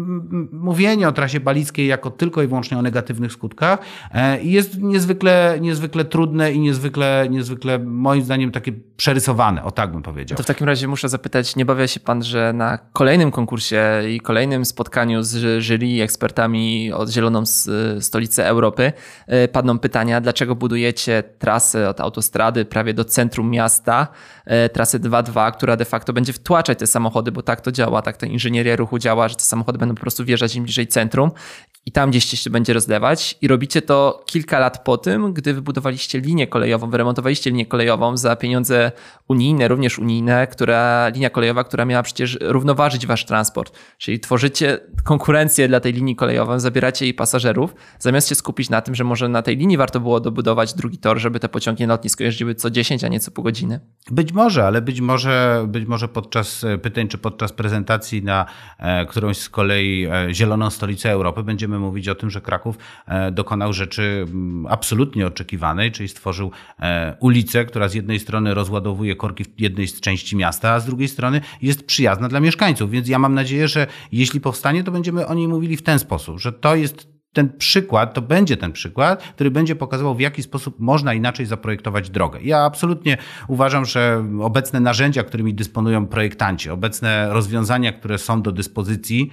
m, mówienie o trasie balickiej jako tylko i wyłącznie o negatywnych skutkach e, jest niezwykle, niezwykle trudne i niezwykle, niezwykle moim zdaniem takie przerysowane, o tak bym powiedział. To w takim razie muszę zapytać, nie obawia się pan, że na kolejnym konkursie i kolejnym spotkaniu z jury i ekspertami od Zieloną Stolicę Europy padną pytania, dlaczego budujecie trasę od autostrady prawie do centrum miasta, trasę dwa dwa, która de facto facto będzie wtłaczać te samochody, bo tak to działa, tak ta inżynieria ruchu działa, że te samochody będą po prostu wjeżdżać im bliżej centrum i tam gdzieś się będzie rozlewać i robicie to kilka lat po tym, gdy wybudowaliście linię kolejową, wyremontowaliście linię kolejową za pieniądze unijne, również unijne, która linia kolejowa, która miała przecież równoważyć wasz transport, czyli tworzycie konkurencję dla tej linii kolejowej, zabieracie jej pasażerów, zamiast się skupić na tym, że może na tej linii warto było dobudować drugi tor, żeby te pociągi na lotnisko jeździły co dziesięć, a nie co pół godziny. Być może, ale być może, być może podczas pytań czy podczas prezentacji na którąś z kolei Zieloną Stolicę Europy będziemy mówić o tym, że Kraków dokonał rzeczy absolutnie oczekiwanej, czyli stworzył ulicę, która z jednej strony rozładowuje korki w jednej z części miasta, a z drugiej strony jest przyjazna dla mieszkańców. Więc ja mam nadzieję, że jeśli powstanie, to będziemy o niej mówili w ten sposób, że to jest ten przykład, to będzie ten przykład, który będzie pokazywał, w jaki sposób można inaczej zaprojektować drogę. Ja absolutnie uważam, że obecne narzędzia, którymi dysponują projektanci, obecne rozwiązania, które są do dyspozycji,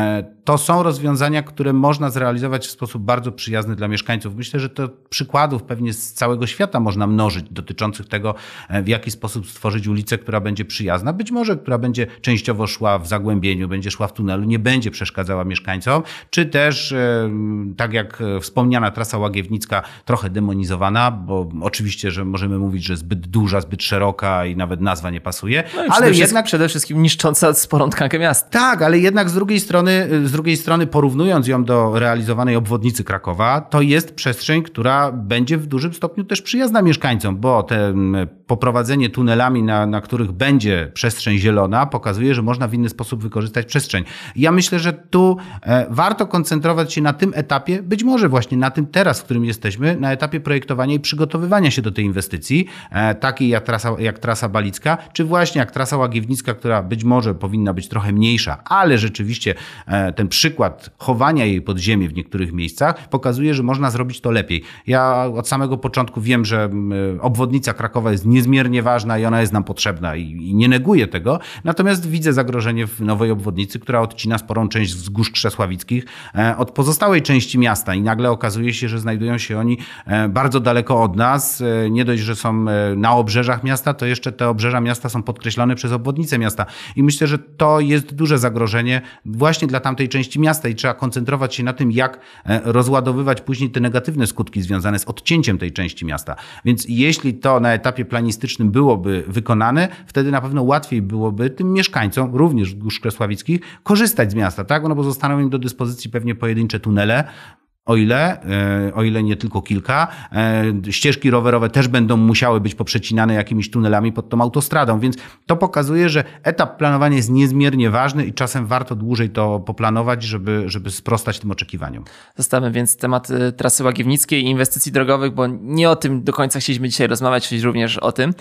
to są rozwiązania, które można zrealizować w sposób bardzo przyjazny dla mieszkańców. Myślę, że to przykładów pewnie z całego świata można mnożyć dotyczących tego, w jaki sposób stworzyć ulicę, która będzie przyjazna. Być może, która będzie częściowo szła w zagłębieniu, będzie szła w tunelu, nie będzie przeszkadzała mieszkańcom, czy też tak jak wspomniana trasa Łagiewnicka, trochę demonizowana, bo oczywiście, że możemy mówić, że zbyt duża, zbyt szeroka i nawet nazwa nie pasuje, no ale przede jednak przede wszystkim niszcząca sporą tkankę miasta. Tak, ale jednak z drugiej strony, z drugiej strony porównując ją do realizowanej obwodnicy Krakowa, to jest przestrzeń, która będzie w dużym stopniu też przyjazna mieszkańcom, bo te poprowadzenie tunelami, na, na których będzie przestrzeń zielona, pokazuje, że można w inny sposób wykorzystać przestrzeń. Ja myślę, że tu e, warto koncentrować się na tym etapie, być może właśnie na tym teraz, w którym jesteśmy, na etapie projektowania i przygotowywania się do tej inwestycji, e, takiej jak trasa, jak trasa Balicka, czy właśnie jak trasa Łagiewnicka, która być może powinna być trochę mniejsza, ale rzeczywiście e, ten przykład chowania jej pod ziemię w niektórych miejscach pokazuje, że można zrobić to lepiej. Ja od samego początku wiem, że e, obwodnica Krakowa jest niezmiernie ważna i ona jest nam potrzebna i, i nie neguję tego, natomiast widzę zagrożenie w nowej obwodnicy, która odcina sporą część wzgórz Krzesławickich e, od pozostałej części miasta i nagle okazuje się, że znajdują się oni bardzo daleko od nas. Nie dość, że są na obrzeżach miasta, to jeszcze te obrzeża miasta są podkreślone przez obwodnicę miasta. I myślę, że to jest duże zagrożenie właśnie dla tamtej części miasta i trzeba koncentrować się na tym, jak rozładowywać później te negatywne skutki związane z odcięciem tej części miasta. Więc jeśli to na etapie planistycznym byłoby wykonane, wtedy na pewno łatwiej byłoby tym mieszkańcom, również wzgórz Krzesławickich, korzystać z miasta, tak? No bo zostaną im do dyspozycji pewnie pojedyncze tunele, O ile, o ile nie tylko kilka. Ścieżki rowerowe też będą musiały być poprzecinane jakimiś tunelami pod tą autostradą, więc to pokazuje, że etap planowania jest niezmiernie ważny i czasem warto dłużej to poplanować, żeby, żeby sprostać tym oczekiwaniom. Zostawmy więc temat trasy Łagiewnickiej i inwestycji drogowych, bo nie o tym do końca chcieliśmy dzisiaj rozmawiać, czyli również o tym.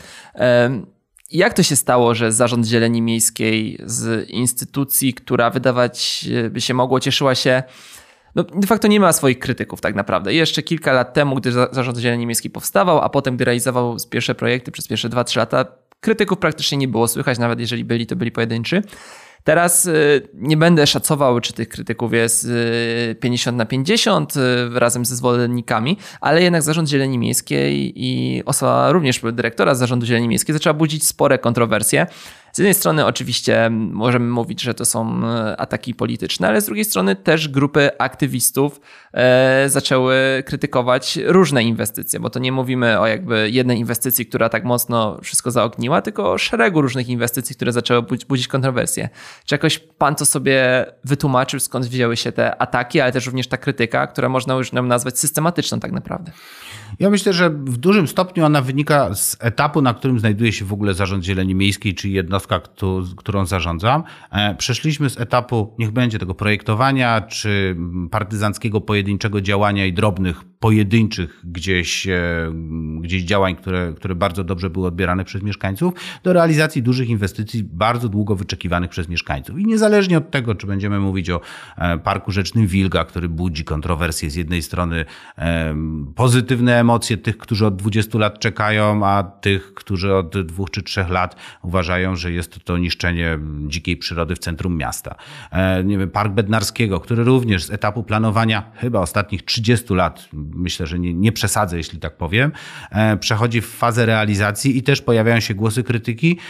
Jak to się stało, że Zarząd Zieleni Miejskiej z instytucji, która wydawać by się mogło, cieszyła się no de facto nie ma swoich krytyków tak naprawdę. Jeszcze kilka lat temu, gdy Zarząd Zieleni Miejskiej powstawał, a potem gdy realizował pierwsze projekty przez pierwsze dwa trzy lata, krytyków praktycznie nie było słychać, nawet jeżeli byli, to byli pojedynczy. Teraz nie będę szacował, czy tych krytyków jest pięćdziesiąt na pięćdziesiąt razem ze zwolennikami, ale jednak Zarząd Zieleni Miejskiej i osoba również dyrektora Zarządu Zieleni Miejskiej zaczęła budzić spore kontrowersje. Z jednej strony oczywiście możemy mówić, że to są ataki polityczne, ale z drugiej strony też grupy aktywistów e, zaczęły krytykować różne inwestycje, bo to nie mówimy o jakby jednej inwestycji, która tak mocno wszystko zaogniła, tylko o szeregu różnych inwestycji, które zaczęły budzić kontrowersje. Czy jakoś pan to sobie wytłumaczył, skąd wzięły się te ataki, ale też również ta krytyka, która można już nam nazwać systematyczną tak naprawdę? Ja myślę, że w dużym stopniu ona wynika z etapu, na którym znajduje się w ogóle Zarząd Zieleni Miejskiej, czyli jednostka, którą zarządzam. Przeszliśmy z etapu, niech będzie tego projektowania, czy partyzanckiego pojedynczego działania i drobnych, pojedynczych gdzieś, gdzieś działań, które, które bardzo dobrze były odbierane przez mieszkańców, do realizacji dużych inwestycji bardzo długo wyczekiwanych przez mieszkańców. I niezależnie od tego, czy będziemy mówić o Parku Rzecznym Wilga, który budzi kontrowersje, z jednej strony pozytywne emocje tych, którzy od dwudziestu lat czekają, a tych, którzy od dwóch czy trzech lat uważają, że jest to niszczenie dzikiej przyrody w centrum miasta. Nie wiem, Park Bednarskiego, który również z etapu planowania chyba ostatnich trzydziestu lat, myślę, że nie, nie przesadzę, jeśli tak powiem, przechodzi w fazę realizacji i też pojawiają się głosy krytyki,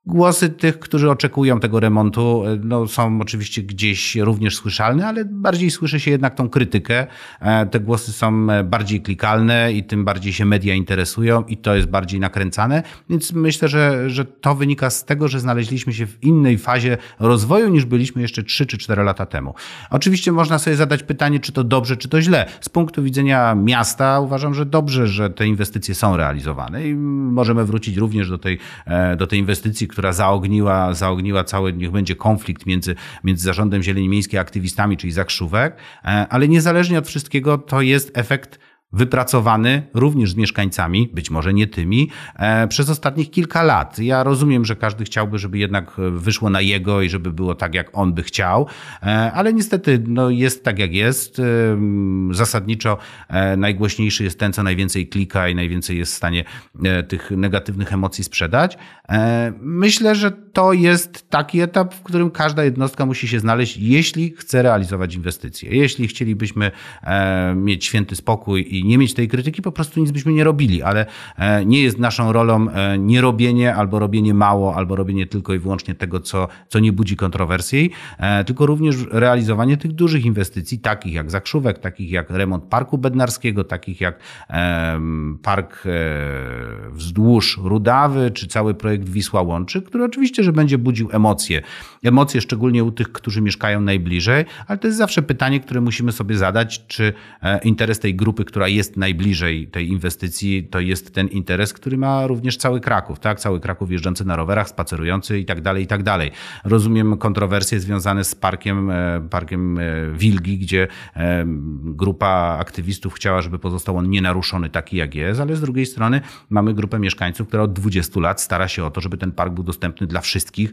Głosy tych, którzy oczekują tego remontu, no, są oczywiście gdzieś również słyszalne, ale bardziej słyszy się jednak tą krytykę. Te głosy są bardziej klikalne i tym bardziej się media interesują i to jest bardziej nakręcane, więc myślę, że, że to wynika z tego, że znaleźliśmy się w innej fazie rozwoju niż byliśmy jeszcze trzy czy cztery lata temu. Oczywiście można sobie zadać pytanie, czy to dobrze, czy to źle. Z punktu widzenia miasta uważam, że dobrze, że te inwestycje są realizowane i możemy wrócić również do tej, do tej inwestycji, która zaogniła, zaogniła cały, niech będzie konflikt między, między Zarządem Zieleni Miejskiej a aktywistami, czyli Zakrzówek, ale niezależnie od wszystkiego to jest efekt wypracowany również z mieszkańcami, być może nie tymi, e, przez ostatnich kilka lat. Ja rozumiem, że każdy chciałby, żeby jednak wyszło na jego i żeby było tak, jak on by chciał, e, ale niestety no, jest tak, jak jest. E, zasadniczo e, najgłośniejszy jest ten, co najwięcej klika i najwięcej jest w stanie e, tych negatywnych emocji sprzedać. E, myślę, że to jest taki etap, w którym każda jednostka musi się znaleźć, jeśli chce realizować inwestycje. Jeśli chcielibyśmy e, mieć święty spokój i nie mieć tej krytyki, po prostu nic byśmy nie robili, ale nie jest naszą rolą nie robienie albo robienie mało, albo robienie tylko i wyłącznie tego, co, co nie budzi kontrowersji, tylko również realizowanie tych dużych inwestycji, takich jak Zakrzówek, takich jak remont Parku Bednarskiego, takich jak park wzdłuż Rudawy, czy cały projekt Wisła Łączy, który oczywiście, że będzie budził emocje. Emocje szczególnie u tych, którzy mieszkają najbliżej, ale to jest zawsze pytanie, które musimy sobie zadać, czy interes tej grupy, która jest najbliżej tej inwestycji, to jest ten interes, który ma również cały Kraków, tak? Cały Kraków jeżdżący na rowerach, spacerujący i tak dalej, i tak dalej. Rozumiem kontrowersje związane z parkiem, parkiem Wilgi, gdzie grupa aktywistów chciała, żeby pozostał on nienaruszony taki, jak jest, ale z drugiej strony mamy grupę mieszkańców, która od dwudziestu lat stara się o to, żeby ten park był dostępny dla wszystkich,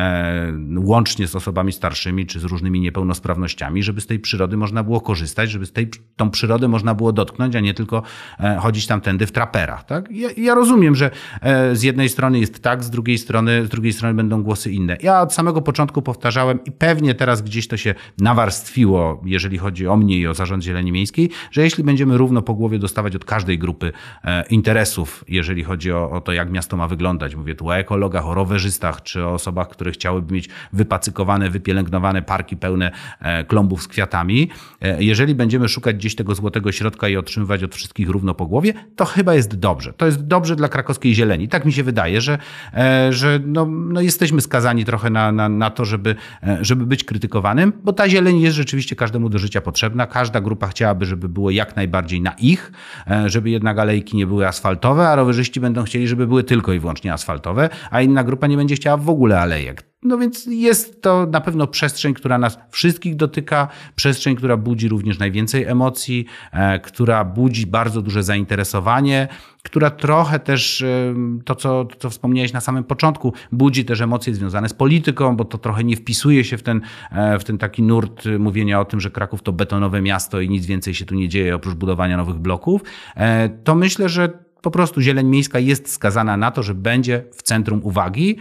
łącznie z osobami starszymi czy z różnymi niepełnosprawnościami, żeby z tej przyrody można było korzystać, żeby z tej, tą przyrodę można było dotknąć, a nie tylko chodzić tamtędy w traperach. Tak? Ja, ja rozumiem, że z jednej strony jest tak, z drugiej strony, z drugiej strony będą głosy inne. Ja od samego początku powtarzałem i pewnie teraz gdzieś to się nawarstwiło, jeżeli chodzi o mnie i o Zarząd Zieleni Miejskiej, że jeśli będziemy równo po głowie dostawać od każdej grupy interesów, jeżeli chodzi o, o to, jak miasto ma wyglądać, mówię tu o ekologach, o rowerzystach, czy o osobach, które chciałyby mieć wypacykowane, wypielęgnowane parki pełne klombów z kwiatami, jeżeli będziemy szukać gdzieś tego złotego środka i otrzymywać od wszystkich równo po głowie, to chyba jest dobrze. To jest dobrze dla krakowskiej zieleni. Tak mi się wydaje, że, że no, no jesteśmy skazani trochę na, na, na to, żeby, żeby być krytykowanym, bo ta zieleń jest rzeczywiście każdemu do życia potrzebna. Każda grupa chciałaby, żeby było jak najbardziej na ich, żeby jednak alejki nie były asfaltowe, a rowerzyści będą chcieli, żeby były tylko i wyłącznie asfaltowe, a inna grupa nie będzie chciała w ogóle alejek. No więc jest to na pewno przestrzeń, która nas wszystkich dotyka, przestrzeń, która budzi również najwięcej emocji, e, która budzi bardzo duże zainteresowanie, która trochę też, e, to co, to co wspomniałeś na samym początku, budzi też emocje związane z polityką, bo to trochę nie wpisuje się w ten, e, w ten taki nurt mówienia o tym, że Kraków to betonowe miasto i nic więcej się tu nie dzieje oprócz budowania nowych bloków. E, to myślę, że po prostu zieleń miejska jest skazana na to, że będzie w centrum uwagi.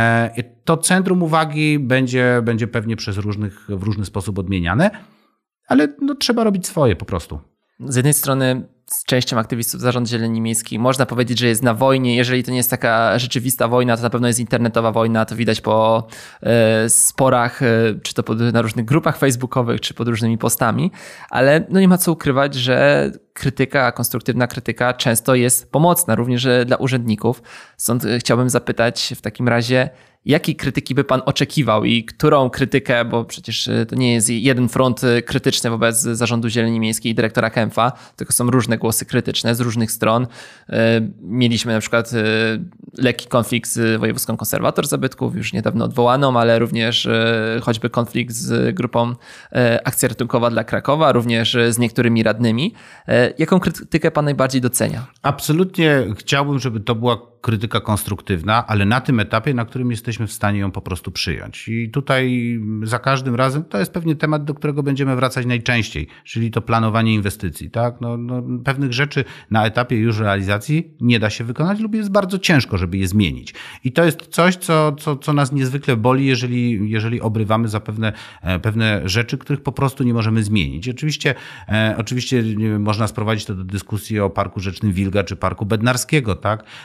To centrum uwagi będzie, będzie pewnie przez różnych, w różny sposób odmieniane, ale no, trzeba robić swoje po prostu. Z jednej strony z częścią aktywistów Zarząd Zieleni Miejskiej można powiedzieć, że jest na wojnie. Jeżeli to nie jest taka rzeczywista wojna, to na pewno jest internetowa wojna. To widać po e, sporach, e, czy to pod, na różnych grupach facebookowych, czy pod różnymi postami. Ale no nie ma co ukrywać, że krytyka, konstruktywna krytyka często jest pomocna, również dla urzędników. Stąd chciałbym zapytać w takim razie, jakiej krytyki by pan oczekiwał i którą krytykę, bo przecież to nie jest jeden front krytyczny wobec Zarządu Zieleni Miejskiej i dyrektora Kempfa, tylko są różne głosy krytyczne z różnych stron. Mieliśmy na przykład lekki konflikt z Wojewódzką Konserwator Zabytków, już niedawno odwołaną, ale również choćby konflikt z grupą Akcja Ratunkowa dla Krakowa, również z niektórymi radnymi. Jaką krytykę pan najbardziej docenia? Absolutnie chciałbym, żeby to była krytyka konstruktywna, ale na tym etapie, na którym jesteśmy w stanie ją po prostu przyjąć. I tutaj za każdym razem to jest pewnie temat, do którego będziemy wracać najczęściej, czyli to planowanie inwestycji. Tak? No, no, pewnych rzeczy na etapie już realizacji nie da się wykonać lub jest bardzo ciężko, żeby je zmienić. I to jest coś, co, co, co nas niezwykle boli, jeżeli, jeżeli obrywamy za pewne, pewne rzeczy, których po prostu nie możemy zmienić. Oczywiście, e, oczywiście można sprowadzić to do dyskusji o Parku Rzecznym Wilga czy Parku Bednarskiego, tak? E,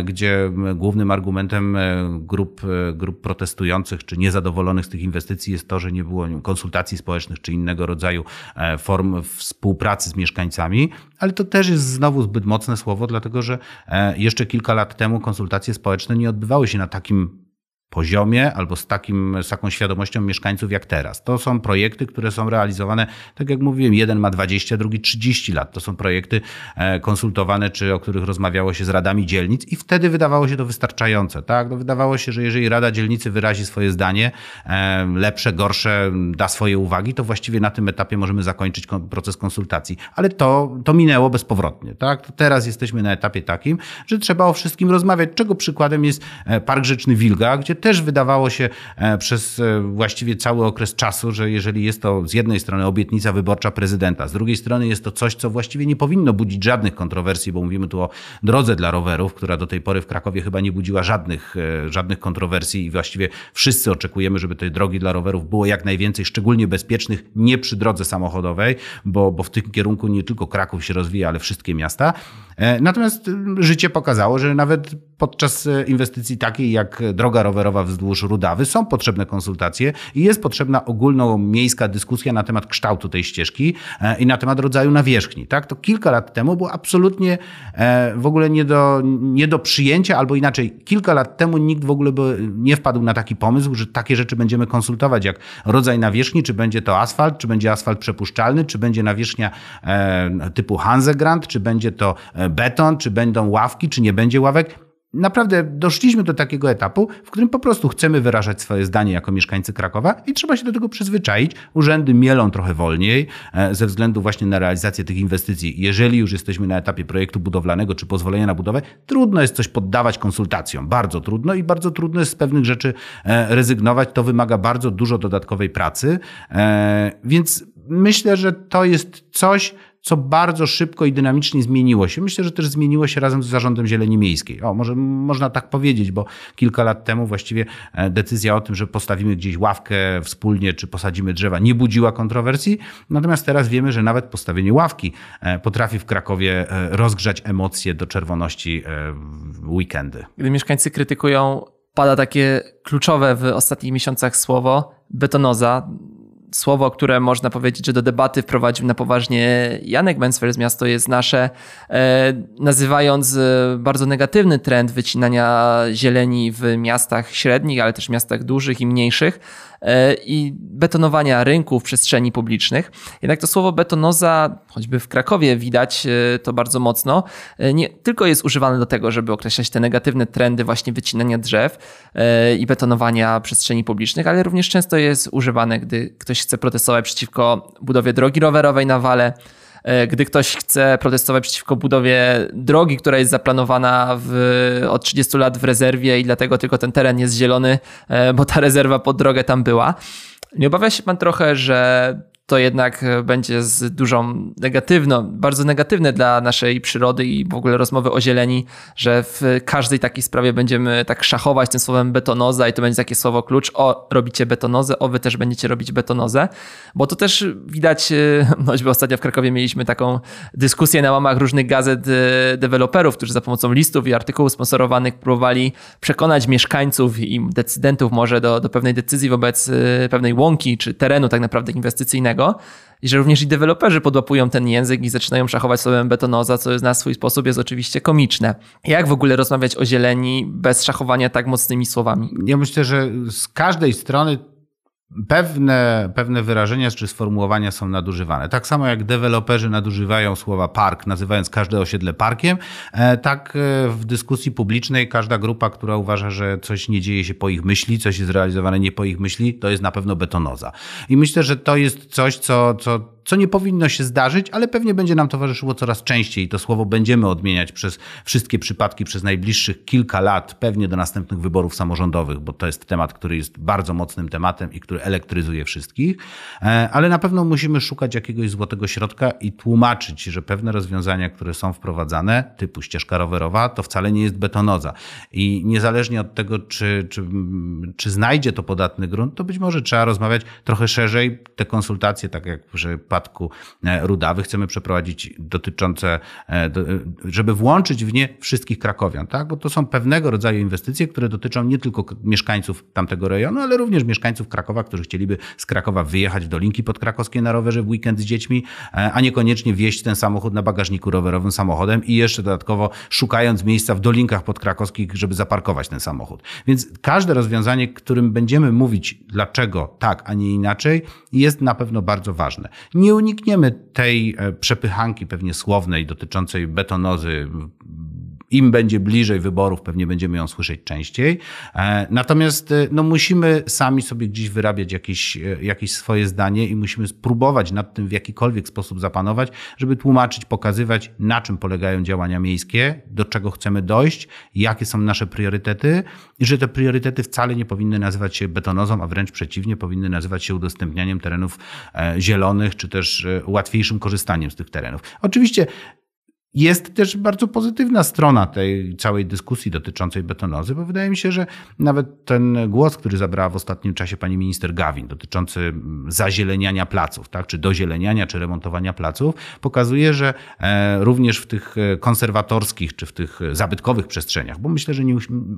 gdzie głównym argumentem grup, grup protestujących czy niezadowolonych z tych inwestycji jest to, że nie było konsultacji społecznych czy innego rodzaju form współpracy z mieszkańcami, ale to też jest znowu zbyt mocne słowo, dlatego że jeszcze kilka lat temu konsultacje społeczne nie odbywały się na takim poziomie albo z, takim, z taką świadomością mieszkańców jak teraz. To są projekty, które są realizowane, tak jak mówiłem, jeden ma dwadzieścia, drugi trzydzieści lat. To są projekty konsultowane, czy o których rozmawiało się z radami dzielnic i wtedy wydawało się to wystarczające. Tak? No, wydawało się, że jeżeli Rada Dzielnicy wyrazi swoje zdanie, lepsze, gorsze, da swoje uwagi, to właściwie na tym etapie możemy zakończyć proces konsultacji. Ale to, to minęło bezpowrotnie. Tak? To teraz jesteśmy na etapie takim, że trzeba o wszystkim rozmawiać, czego przykładem jest Park Rzeczny Wilga, gdzie też wydawało się przez właściwie cały okres czasu, że jeżeli jest to z jednej strony obietnica wyborcza prezydenta, z drugiej strony jest to coś, co właściwie nie powinno budzić żadnych kontrowersji, bo mówimy tu o drodze dla rowerów, która do tej pory w Krakowie chyba nie budziła żadnych, żadnych kontrowersji i właściwie wszyscy oczekujemy, żeby tej drogi dla rowerów było jak najwięcej, szczególnie bezpiecznych, nie przy drodze samochodowej, bo, bo w tym kierunku nie tylko Kraków się rozwija, ale wszystkie miasta. Natomiast życie pokazało, że nawet podczas inwestycji takiej jak droga rowerowa wzdłuż Rudawy są potrzebne konsultacje i jest potrzebna ogólnomiejska dyskusja na temat kształtu tej ścieżki i na temat rodzaju nawierzchni. Tak? To kilka lat temu było absolutnie w ogóle nie do, nie do przyjęcia, albo inaczej, kilka lat temu nikt w ogóle by nie wpadł na taki pomysł, że takie rzeczy będziemy konsultować, jak rodzaj nawierzchni, czy będzie to asfalt, czy będzie asfalt przepuszczalny, czy będzie nawierzchnia typu Hansegrund, czy będzie to beton, czy będą ławki, czy nie będzie ławek. Naprawdę doszliśmy do takiego etapu, w którym po prostu chcemy wyrażać swoje zdanie jako mieszkańcy Krakowa i trzeba się do tego przyzwyczaić. Urzędy mielą trochę wolniej ze względu właśnie na realizację tych inwestycji. Jeżeli już jesteśmy na etapie projektu budowlanego czy pozwolenia na budowę, trudno jest coś poddawać konsultacjom. Bardzo trudno i bardzo trudno jest z pewnych rzeczy rezygnować. To wymaga bardzo dużo dodatkowej pracy. Więc myślę, że to jest coś, co bardzo szybko i dynamicznie zmieniło się. Myślę, że też zmieniło się razem z Zarządem Zieleni Miejskiej. O, może można tak powiedzieć, bo kilka lat temu właściwie decyzja o tym, że postawimy gdzieś ławkę wspólnie, czy posadzimy drzewa, nie budziła kontrowersji. Natomiast teraz wiemy, że nawet postawienie ławki potrafi w Krakowie rozgrzać emocje do czerwoności w weekendy. Gdy mieszkańcy krytykują, pada takie kluczowe w ostatnich miesiącach słowo betonoza. Słowo, które można powiedzieć, że do debaty wprowadził na poważnie Janek Mencfeld z Miasto jest Nasze, nazywając bardzo negatywny trend wycinania zieleni w miastach średnich, ale też miastach dużych i mniejszych i betonowania rynków, przestrzeni publicznych. Jednak to słowo betonoza, choćby w Krakowie widać to bardzo mocno, nie tylko jest używane do tego, żeby określać te negatywne trendy właśnie wycinania drzew i betonowania przestrzeni publicznych, ale również często jest używane, gdy ktoś chce protestować przeciwko budowie drogi rowerowej na Wale, gdy ktoś chce protestować przeciwko budowie drogi, która jest zaplanowana w, od trzydziestu lat w rezerwie i dlatego tylko ten teren jest zielony, bo ta rezerwa pod drogę tam była. Nie obawia się pan trochę, że to jednak będzie z dużą negatywną, bardzo negatywne dla naszej przyrody i w ogóle rozmowy o zieleni, że w każdej takiej sprawie będziemy tak szachować tym słowem betonoza i to będzie takie słowo klucz, o robicie betonozę, o wy też będziecie robić betonozę, bo to też widać, choćby ostatnio w Krakowie mieliśmy taką dyskusję na łamach różnych gazet deweloperów, którzy za pomocą listów i artykułów sponsorowanych próbowali przekonać mieszkańców i decydentów może do, do pewnej decyzji wobec pewnej łąki czy terenu tak naprawdę inwestycyjnego. I że również i deweloperzy podłapują ten język i zaczynają szachować słowem betonoza, co na swój sposób jest oczywiście komiczne. Jak w ogóle rozmawiać o zieleni bez szachowania tak mocnymi słowami? Ja myślę, że z każdej strony Pewne, pewne wyrażenia czy sformułowania są nadużywane. Tak samo jak deweloperzy nadużywają słowa park, nazywając każde osiedle parkiem, tak w dyskusji publicznej każda grupa, która uważa, że coś nie dzieje się po ich myśli, coś jest realizowane nie po ich myśli, to jest na pewno betonoza. I myślę, że to jest coś, co, co co nie powinno się zdarzyć, ale pewnie będzie nam towarzyszyło coraz częściej. To słowo będziemy odmieniać przez wszystkie przypadki przez najbliższych kilka lat, pewnie do następnych wyborów samorządowych, bo to jest temat, który jest bardzo mocnym tematem i który elektryzuje wszystkich. Ale na pewno musimy szukać jakiegoś złotego środka i tłumaczyć, że pewne rozwiązania, które są wprowadzane, typu ścieżka rowerowa, to wcale nie jest betonoza. I niezależnie od tego, czy, czy, czy znajdzie to podatny grunt, to być może trzeba rozmawiać trochę szerzej. Te konsultacje, tak jak że przypadku Rudawy chcemy przeprowadzić dotyczące, żeby włączyć w nie wszystkich krakowian, tak? Bo to są pewnego rodzaju inwestycje, które dotyczą nie tylko mieszkańców tamtego rejonu, ale również mieszkańców Krakowa, którzy chcieliby z Krakowa wyjechać w Dolinki Podkrakowskie na rowerze w weekend z dziećmi, a niekoniecznie wieźć ten samochód na bagażniku rowerowym samochodem i jeszcze dodatkowo szukając miejsca w Dolinkach Podkrakowskich, żeby zaparkować ten samochód. Więc każde rozwiązanie, którym będziemy mówić dlaczego tak, a nie inaczej, jest na pewno bardzo ważne. Nie unikniemy tej przepychanki pewnie słownej dotyczącej betonozy. Im będzie bliżej wyborów, pewnie będziemy ją słyszeć częściej. Natomiast no, musimy sami sobie gdzieś wyrabiać jakieś, jakieś swoje zdanie i musimy spróbować nad tym w jakikolwiek sposób zapanować, żeby tłumaczyć, pokazywać, na czym polegają działania miejskie, do czego chcemy dojść, jakie są nasze priorytety i że te priorytety wcale nie powinny nazywać się betonozą, a wręcz przeciwnie, powinny nazywać się udostępnianiem terenów zielonych, czy też łatwiejszym korzystaniem z tych terenów. Oczywiście jest też bardzo pozytywna strona tej całej dyskusji dotyczącej betonozy, bo wydaje mi się, że nawet ten głos, który zabrała w ostatnim czasie pani minister Gawin dotyczący zazieleniania placów, tak, czy dozieleniania, czy remontowania placów, pokazuje, że również w tych konserwatorskich, czy w tych zabytkowych przestrzeniach, bo myślę, że nie,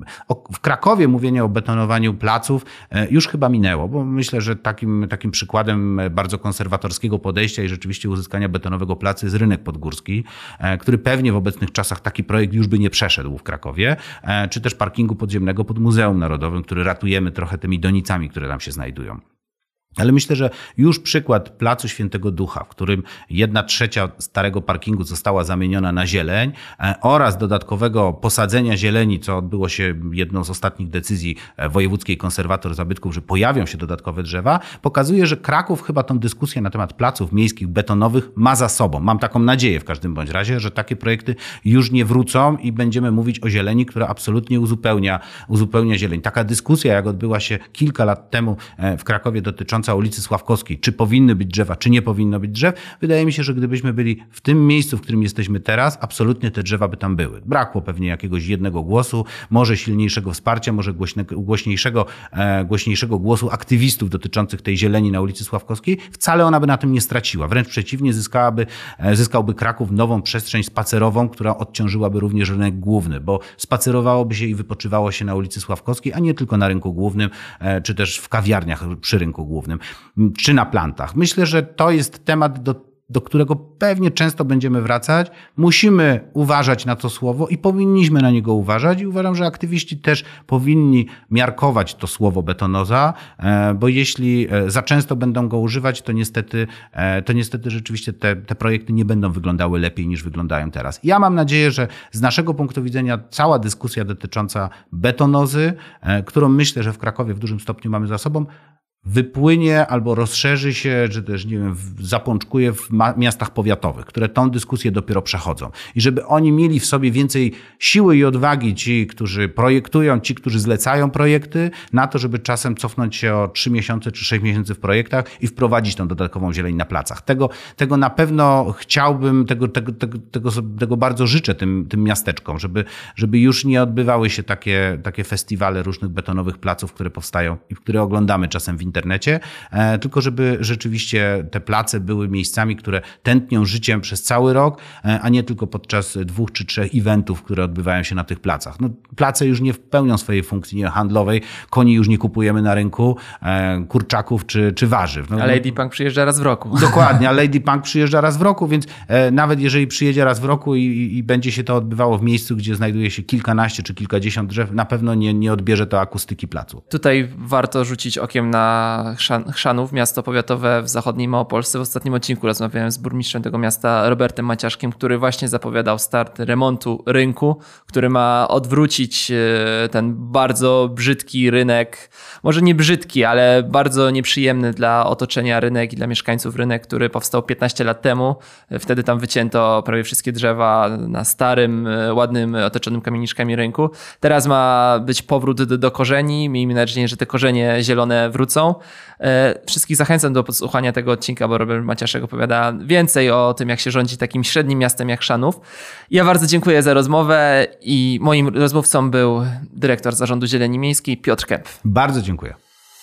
w Krakowie mówienie o betonowaniu placów już chyba minęło, bo myślę, że takim, takim przykładem bardzo konserwatorskiego podejścia i rzeczywiście uzyskania betonowego placu jest rynek podgórski, który pewnie w obecnych czasach taki projekt już by nie przeszedł w Krakowie, czy też parkingu podziemnego pod Muzeum Narodowym, który ratujemy trochę tymi donicami, które tam się znajdują. Ale myślę, że już przykład Placu Świętego Ducha, w którym jedna trzecia starego parkingu została zamieniona na zieleń oraz dodatkowego posadzenia zieleni, co odbyło się jedną z ostatnich decyzji wojewódzkiej konserwator zabytków, że pojawią się dodatkowe drzewa, pokazuje, że Kraków chyba tą dyskusję na temat placów miejskich betonowych ma za sobą. Mam taką nadzieję w każdym bądź razie, że takie projekty już nie wrócą i będziemy mówić o zieleni, która absolutnie uzupełnia, uzupełnia zieleń. Taka dyskusja, jak odbyła się kilka lat temu w Krakowie dotycząca ulicy Sławkowskiej, czy powinny być drzewa, czy nie powinno być drzew, wydaje mi się, że gdybyśmy byli w tym miejscu, w którym jesteśmy teraz, absolutnie te drzewa by tam były. Brakło pewnie jakiegoś jednego głosu, może silniejszego wsparcia, może głośnego, głośniejszego, e, głośniejszego głosu aktywistów dotyczących tej zieleni na ulicy Sławkowskiej. Wcale ona by na tym nie straciła. Wręcz przeciwnie, zyskałaby, e, zyskałby Kraków nową przestrzeń spacerową, która odciążyłaby również rynek główny, bo spacerowałoby się i wypoczywało się na ulicy Sławkowskiej, a nie tylko na rynku głównym, e, czy też w kawiarniach przy rynku głównym, czy na plantach. Myślę, że to jest temat, do, do którego pewnie często będziemy wracać. Musimy uważać na to słowo i powinniśmy na niego uważać i uważam, że aktywiści też powinni miarkować to słowo betonoza, bo jeśli za często będą go używać, to niestety, to niestety rzeczywiście te, te projekty nie będą wyglądały lepiej niż wyglądają teraz. Ja mam nadzieję, że z naszego punktu widzenia cała dyskusja dotycząca betonozy, którą myślę, że w Krakowie w dużym stopniu mamy za sobą, wypłynie albo rozszerzy się, czy też, nie wiem, zapączkuje w miastach powiatowych, które tą dyskusję dopiero przechodzą. I żeby oni mieli w sobie więcej siły i odwagi, ci, którzy projektują, ci, którzy zlecają projekty, na to, żeby czasem cofnąć się o trzy miesiące czy sześć miesięcy w projektach i wprowadzić tą dodatkową zieleń na placach. Tego, tego na pewno chciałbym, tego, tego, tego, tego, tego bardzo życzę tym, tym miasteczkom, żeby, żeby już nie odbywały się takie, takie festiwale różnych betonowych placów, które powstają i które oglądamy czasem w internecie. internecie, tylko żeby rzeczywiście te place były miejscami, które tętnią życiem przez cały rok, a nie tylko podczas dwóch czy trzech eventów, które odbywają się na tych placach. No, place już nie pełnią swojej funkcji handlowej, koni już nie kupujemy na rynku, kurczaków czy, czy warzyw. No, a Lady Punk przyjeżdża raz w roku. Dokładnie, a Lady Punk przyjeżdża raz w roku, więc nawet jeżeli przyjedzie raz w roku i, i będzie się to odbywało w miejscu, gdzie znajduje się kilkanaście czy kilkadziesiąt drzew, na pewno nie, nie odbierze to akustyki placu. Tutaj warto rzucić okiem na Chrzanów, miasto powiatowe w zachodniej Małopolsce. W ostatnim odcinku rozmawiałem z burmistrzem tego miasta, Robertem Maciaszkiem, który właśnie zapowiadał start remontu rynku, który ma odwrócić ten bardzo brzydki rynek, może nie brzydki, ale bardzo nieprzyjemny dla otoczenia rynek i dla mieszkańców rynek, który powstał piętnaście lat temu. Wtedy tam wycięto prawie wszystkie drzewa na starym, ładnym, otoczonym kamieniczkami rynku. Teraz ma być powrót do, do korzeni. Miejmy nadzieję, że te korzenie zielone wrócą. Wszystkich zachęcam do podsłuchania tego odcinka, bo Robert Maciaszek opowiada więcej o tym, jak się rządzi takim średnim miastem jak Chrzanów. Ja bardzo dziękuję za rozmowę i moim rozmówcą był dyrektor Zarządu Zieleni Miejskiej Piotr Kemp. Bardzo dziękuję.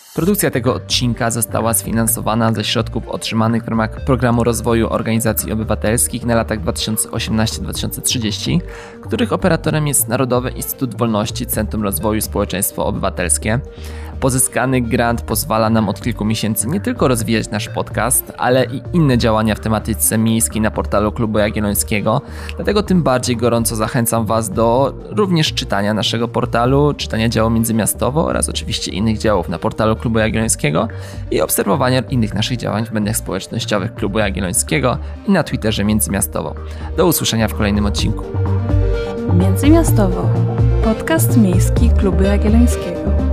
Produkcja tego odcinka została sfinansowana ze środków otrzymanych w ramach Programu Rozwoju Organizacji Obywatelskich na latach dwa tysiące osiemnasty do dwa tysiące trzydziestego, których operatorem jest Narodowy Instytut Wolności Centrum Rozwoju Społeczeństwo Obywatelskie. Pozyskany grant pozwala nam od kilku miesięcy nie tylko rozwijać nasz podcast, ale i inne działania w tematyce miejskiej na portalu Klubu Jagiellońskiego. Dlatego tym bardziej gorąco zachęcam Was do również czytania naszego portalu, czytania działu Międzymiastowo oraz oczywiście innych działów na portalu Klubu Jagiellońskiego i obserwowania innych naszych działań w mediach społecznościowych Klubu Jagiellońskiego i na Twitterze Międzymiastowo. Do usłyszenia w kolejnym odcinku. Międzymiastowo. Podcast miejski Klubu Jagiellońskiego.